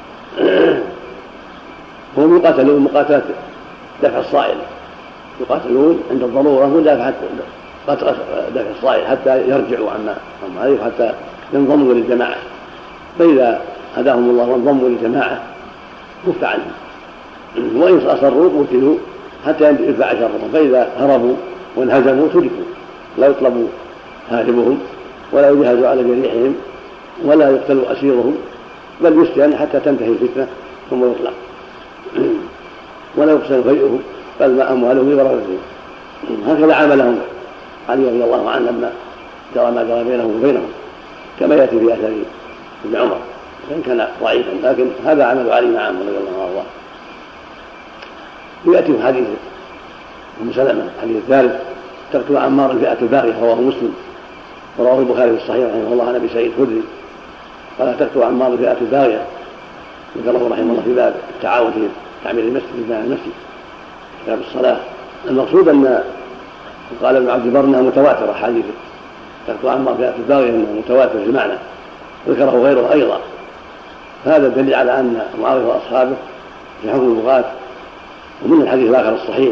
Speaker 1: هم يقاتلون مقاتلة دفع الصائل، يقاتلون عند الضرورة مدافعة دفع الصائل حتى يرجعوا عما هم عليه حتى ينضموا للجماعة، فإذا هداهم الله وانضموا للجماعة كف عنهم، وإن أصروا قتلوا حتى يدفع شرهم، فإذا هربوا وانهزموا تركوا، لا يطلب هاربهم ولا يجهز على جريحهم ولا يقتل أسيرهم، بل يسجن حتى تنتهي الفتنة ثم يطلق ولا يقسم فيئه بل ما أموالهم لورثتهم. هكذا عاملهم علي رضي الله عنه لما جرى ما جرى بينهم وبينهم، كما يأتي في أثر ابن عمر وإن كان ضعيفا، لكن هذا عمل علي معهم رضي الله عنه. ويأتي في حديث أم سلمة الحديث الثالث تقتل عمار الفئة الباغية، رواه مسلم ورواه البخاري في الصحيح رحمه الله عن أبي سعيد الخدري قال تقتل عمار الفئة الباغية، ذكره رحمه الله في باب التعاون في تعمير المسجد بمعنى المسجد كتاب الصلاة. المقصود أن قال ابن عبد البر انها متواتره حديثه تقطع عمار الفئة الباغية انه متواتر في المعنى، ذكره غيره ايضا. هذا دليل على ان معاوية واصحابه في حكم البغاة. ومن الحديث الاخر الصحيح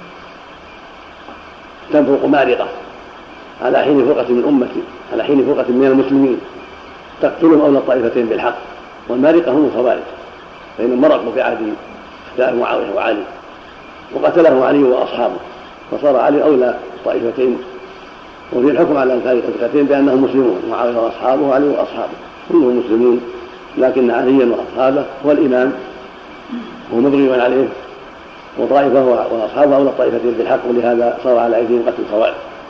Speaker 1: تنطق مارقه على حين فرقه من امتي على حين فرقه من المسلمين تقتلهم اولى الطائفتين بالحق، والمارقه هم الخوارج، فانهم مرقوا في عهد اختلاف معاوية وعلي وقتله علي واصحابه، فصار علي اولى طائفتين، وفي الحكم على الفرقتين بانهم مسلمون، معاوية واصحابه وعلي واصحابه كلهم مسلمون، لكن عليا واصحابه هو الامام وهو مبغي عليه، وطائفه واصحابه اولى الطائفتين بالحق، ولهذا صار على ايديهم قتل الخوارج.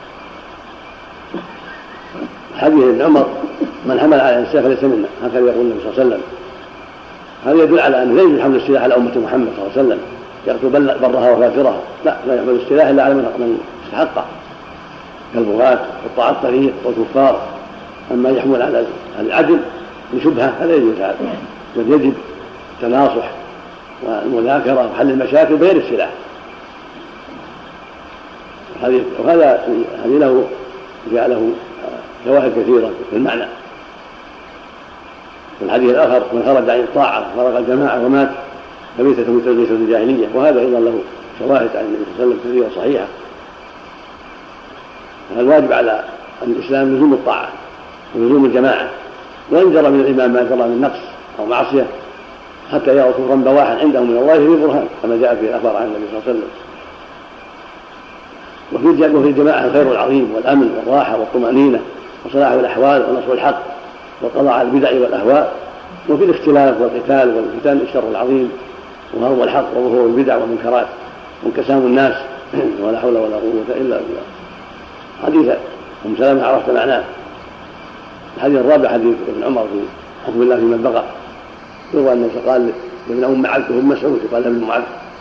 Speaker 1: حديث ابن عمر من حمل على السيف ليس منا، هكذا يقول النبي صلى الله عليه وسلم. هذا يدل على ان لا يجوز حمل السلاح على امه محمد صلى الله عليه وسلم يقتل برها وكافرها، لا لا يحمل السلاح الا على من استحقه كالبغاة والطاعة الطريق والكفار. اما يحمل على العدل بشبهه فلا يجوز هذا، بل يجب التناصح والمذاكره وحل المشاكل بغير السلاح. وهذا هذه له جاء له شواهد كثيره في المعنى. في الحديث الاخر من خرج عن الطاعه فرق الجماعه ومات فميتته مثل ميتة الجاهليه، وهذا ايضا له شواهد عن النبي صلى الله عليه وسلم كثيره صحيحه. الواجب على الاسلام لزوم الطاعه ولزوم الجماعه، وان جرى من الامام ما جرى من نقص او معصيه حتى يرى كفرا بواحا عنده من الله في برهان كما جاء في الاخبار عن النبي صلى الله عليه وسلم. وفي الجماعه الخير العظيم والامن والراحه والطمانينه وصلاح الاحوال ونصر الحق والقضاء على البدع والاهواء. وفي الاختلاف والقتال والفتن الشر العظيم وهرب الحق وظهور البدع والمنكرات وانقسام الناس ولا حول ولا قوه الا بالله. حديث ام سلمة عرفت معناه. الحديث الرابع حديث ابن عمر في حكم الله في من بغى، يروى انه قال لابن ام معبد وابن مسعود قال ابن معبد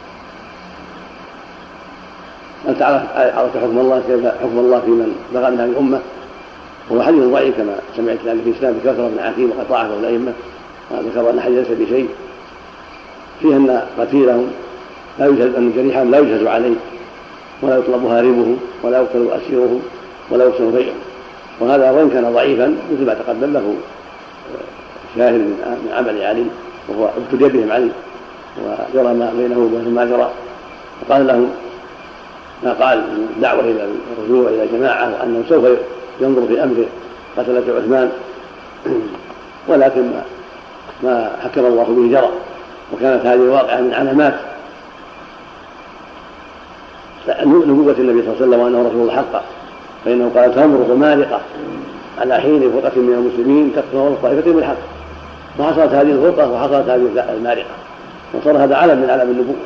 Speaker 1: انت عرفت حكم الله كيف حكم الله في من بغى من هذه الامه؟ هو حديث ضعيف كما سمعت الان في الاسلام بكثره من عاكيم وقطاعه الائمه، ذكر ان الحديث ليس بشيء، فيه ان قتيلهم لا يجهز ان جريحهم لا يجهز عليه ولا يطلب هاربه ولا يقتل أسيره ولا يكسر فيئه. وهذا وإن كان ضعيفا مثل ما تقدم له شاهد من عمل علي وهو ابتلي بهم علي وجرى ما بينه وبين ما جرى، فقال لهم ما قال دعوة إلى الرجوع إلى جماعة وأنه سوف ينظر في أمر قتلة عثمان، ولكن ما, ما حكم الله به جرى. وكانت هذه واقعة من علامات نبوة النبي صلى الله عليه وسلم وأنه رسول الحق، فإنه قال تمرق مارقة على حين فرقة من المسلمين تقتل الطائفة بالحق، وحصلت هذه الفرقة وحصلت هذه المارقة، وصار هذا علم من علم النبوة.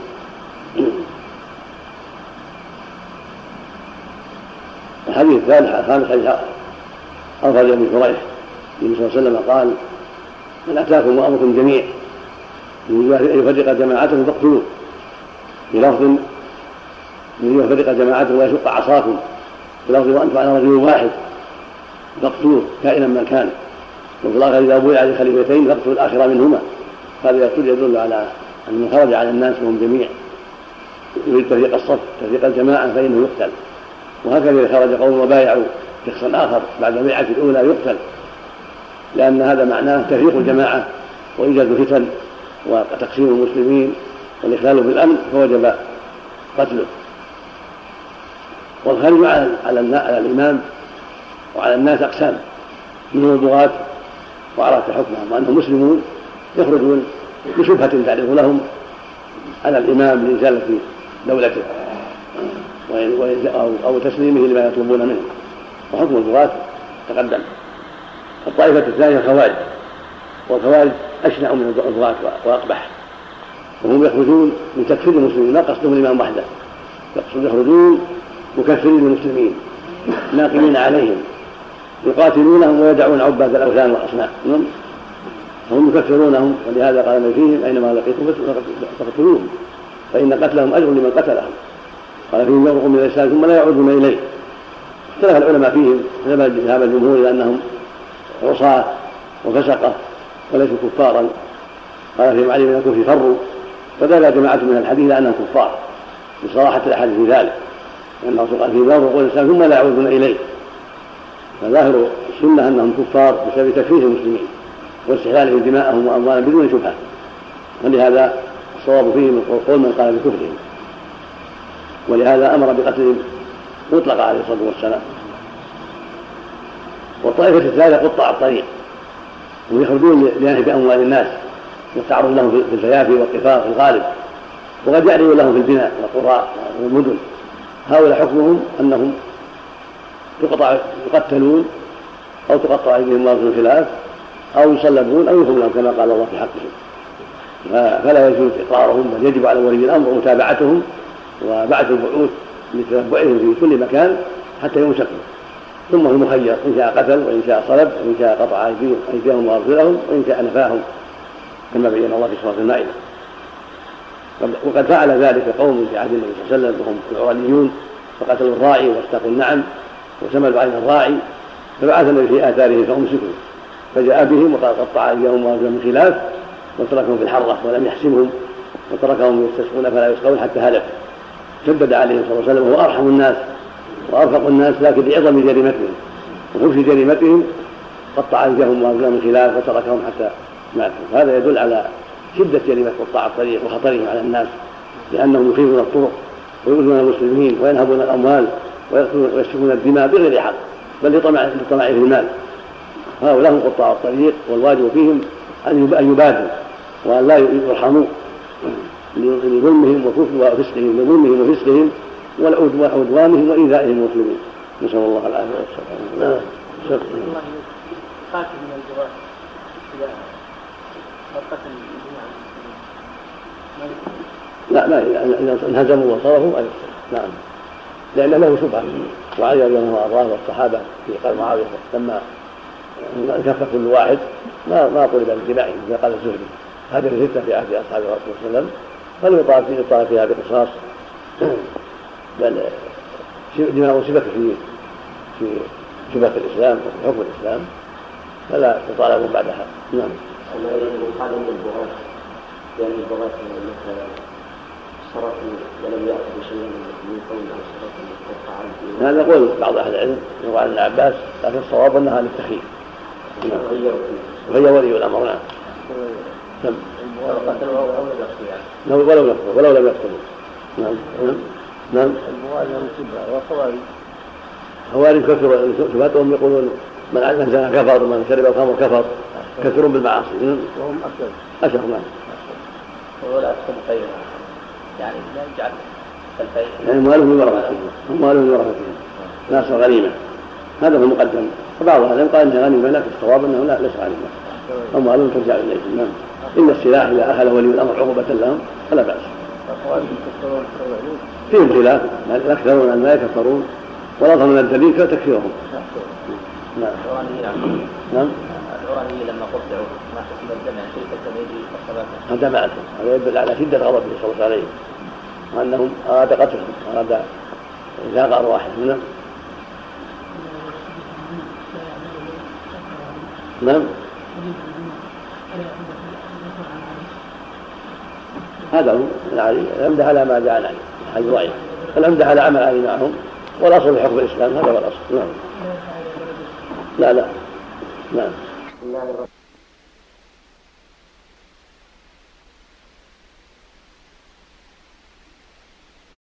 Speaker 1: الحديث الثالث الخامس حديث أرفع بن شريح النبي صلى الله عليه وسلم قال من أتاكم وأمركم جميع من يفرق جماعته فاقتلوه، بلفظ من يفرق جماعته ويشق عصاكم، بلفظ وأنتم على رجل واحد فاقتلوه كائنا من كان، وفي الآخر إذا بويع لخليفتين فاقتلوا الآخر منهما. هذا يدل على أن من خرج على الناس وهم جميع يريد تفريق الصف تفريق الجماعة فإنه يقتل، وهكذا إذا خرج قوم وبايعوا شخصا آخر بعد البيعة الأولى يقتل، لأن هذا معناه تفريق الجماعة وإيجاد الفتن وتقسيم المسلمين والإخلال بالأمن، فوجب قتله. والخارج على الإمام وعلى الناس أقسام، منهم البغاة وعرفت حكمهم وأنهم مسلمون يخرجون بشبهة تعرض لهم على الإمام لإزالة دولته أو تسليمه لما يطلبون منه، وحكم البغاة تقدم. الطائفة الثانية الخوارج، والخوارج أشنع من البغاة وأقبح، وهم يخرجون من تكفير المسلمين، لا قصدهم الإمام وحده، يقصد يخرجون مكفرين المسلمين ناقمين عليهم يقاتلونهم ويدعون عباد الأوثان والأصنام، هم يكفرونهم. ولهذا قال النبي فيهم أينما لقيتم فاقتلوهم فإن قتلهم أجر لمن قتلهم. قال فيهم يغرقون من الإسلام ثم لا يعودون إليه. اختلف العلماء فيهم، ذهب الجمهور إلى أنهم عصاة وفسقة وليسوا كفارا. قال فيهم علي بن الكوفي فروا، فذهب جماعة من الحديث أنهم كفار بصراحة الأحاديث في ذلك، لأن الرسول قال فيهم يغرقون الإسلام ثم لا يعودون إليه، فظاهر السنة أنهم كفار بسبب تكفير المسلمين واستحلالهم دماءهم وأموالهم بدون شبهة. ولهذا الصواب فيهم قول من قال بكفرهم، ولهذا أمر بقتلهم مطلق عليه الصلاة والسلام. والطائفة الثالثة قطاع الطريق، هم يخرجون لنهب أموال الناس والتعرض لهم في الفيافي والقفار في الغالب، وقد يعرضون لهم في البناء والقرى والمدن. هؤلاء حكمهم أنهم يقتلون أو تقطع أيديهم وأرجلهم خلاف أو يصلبون أو يخرجون كما قال الله في حقهم، فلا يجوز إقرارهم، بل يجب على ولي الأمر متابعتهم وبعث البعوث لتتبعهم في كل مكان حتى يمسكوا، ثم هو مخير إن شاء قتل وإن شاء صلب وإن شاء قطع أيديهم وأرجلهم وإن شاء نفاهم كما بين الله في سورة المائدة. وقد فعل ذلك قوم في عهد النبي صلى الله عليه وسلم وهم العرانيون، فقتلوا الراعي واستقوا النعم وسملوا عين الراعي، فبعث النبي في آثارهم فأمسكوا، فجاء بهم وقال قطع أيديهم وأرجلهم من خلاف وتركهم في الحرة ولم يحسمهم وتركهم يستسقون فلا يسقون حتى هلكوا. شدد عليهم صلى الله عليه وسلم وهو أرحم الناس وأرفق الناس، لكن لعظم جريمتهم وخبث جريمتهم قطع أيديهم وأرجلهم من خلاف وتركهم حتى ماتوا. هذا يدل على شدة جريمة قطاع الطريق وخطرهم على الناس، لأنهم يخيفون الطرق ويؤذون المسلمين وينهبون الأموال ويسفكون الدماء بغير حق بل لطمع في المال. هؤلاء هم قطاع الطريق، والواجب فيهم أن يبادوا وأن لا يرحموا لظلمهم وفسقهم لظلمهم وفسقهم وعدوانهم وإيذائهم المسلمين. نسأل الله العافية والسلامة.
Speaker 4: الله قاتل من الجواد إذا قتل
Speaker 1: لا ما إذا انهزموا وصرفوا نعم، لأن له شبهة. وعلي رضي الله عنه والصحابة في قال معاوية لما انكف كل واحد ما ما طلب من دمائهم كما قال الزهري هذه الفتنة في عهد أصحاب الرسول صلى الله عليه وسلم، فلم يطالب فيها بقصاص بل دماء سبك في في شبهة الإسلام وفي حكم الإسلام فلا يطالبون بعدها. نعم.
Speaker 2: هذا من البغاة، يعني البغاة صرفوا ولم يأخذوا شيئا من قولها صرفوا.
Speaker 1: هذا قول بعض أهل العلم يقول عن ابن عباس، لكن الصواب أنها للتخيير. غير ولي الأمر. نعم. ولو نفسه ولو لم يقتلوا. نعم. نعم. خوارج كثروا صفاتهم يقولون من علم الزنا كفر ومن شرب الخمر كفر، كثرون بالمعاصي
Speaker 2: وهم أشد
Speaker 1: أشد. نعم.
Speaker 2: ولا أكثر خيرا يعني لا يجعل الفيء
Speaker 1: يعني أموالهم ورثتهم أموالهم ورثتهم ناس غنيمة، هذا هو المقدم. وبعض أهل قال إنها غنيمة، لكن الصواب أنه لا ليس غنيمة، أموالهم ترجع إليهم. نعم. إن السلاح إذا أخذ ولي الأمر عقوبة لهم فلا بأس. فيهم خلاف، الأكثرون أن لا يكفرون والأظهر من الدليل فتكفيرهم.
Speaker 2: نعم.
Speaker 1: نعم.
Speaker 2: العرانية لما قطعوا ما حكم الجمع كيف التمييز والصلاة؟
Speaker 1: هذا معكم، هذا يدل على شدة غضبه صلى الله عليه وسلم وأنهم أراد قتلهم، أراد إزاغ أرواحهم. نعم. نعم. هذا هو العمد على ما جاء عليه هذا رأيه، العمد على عمل عليه معهم، والأصل في حكم الإسلام هذا هو الأصل. نعم. لا لا. نعم.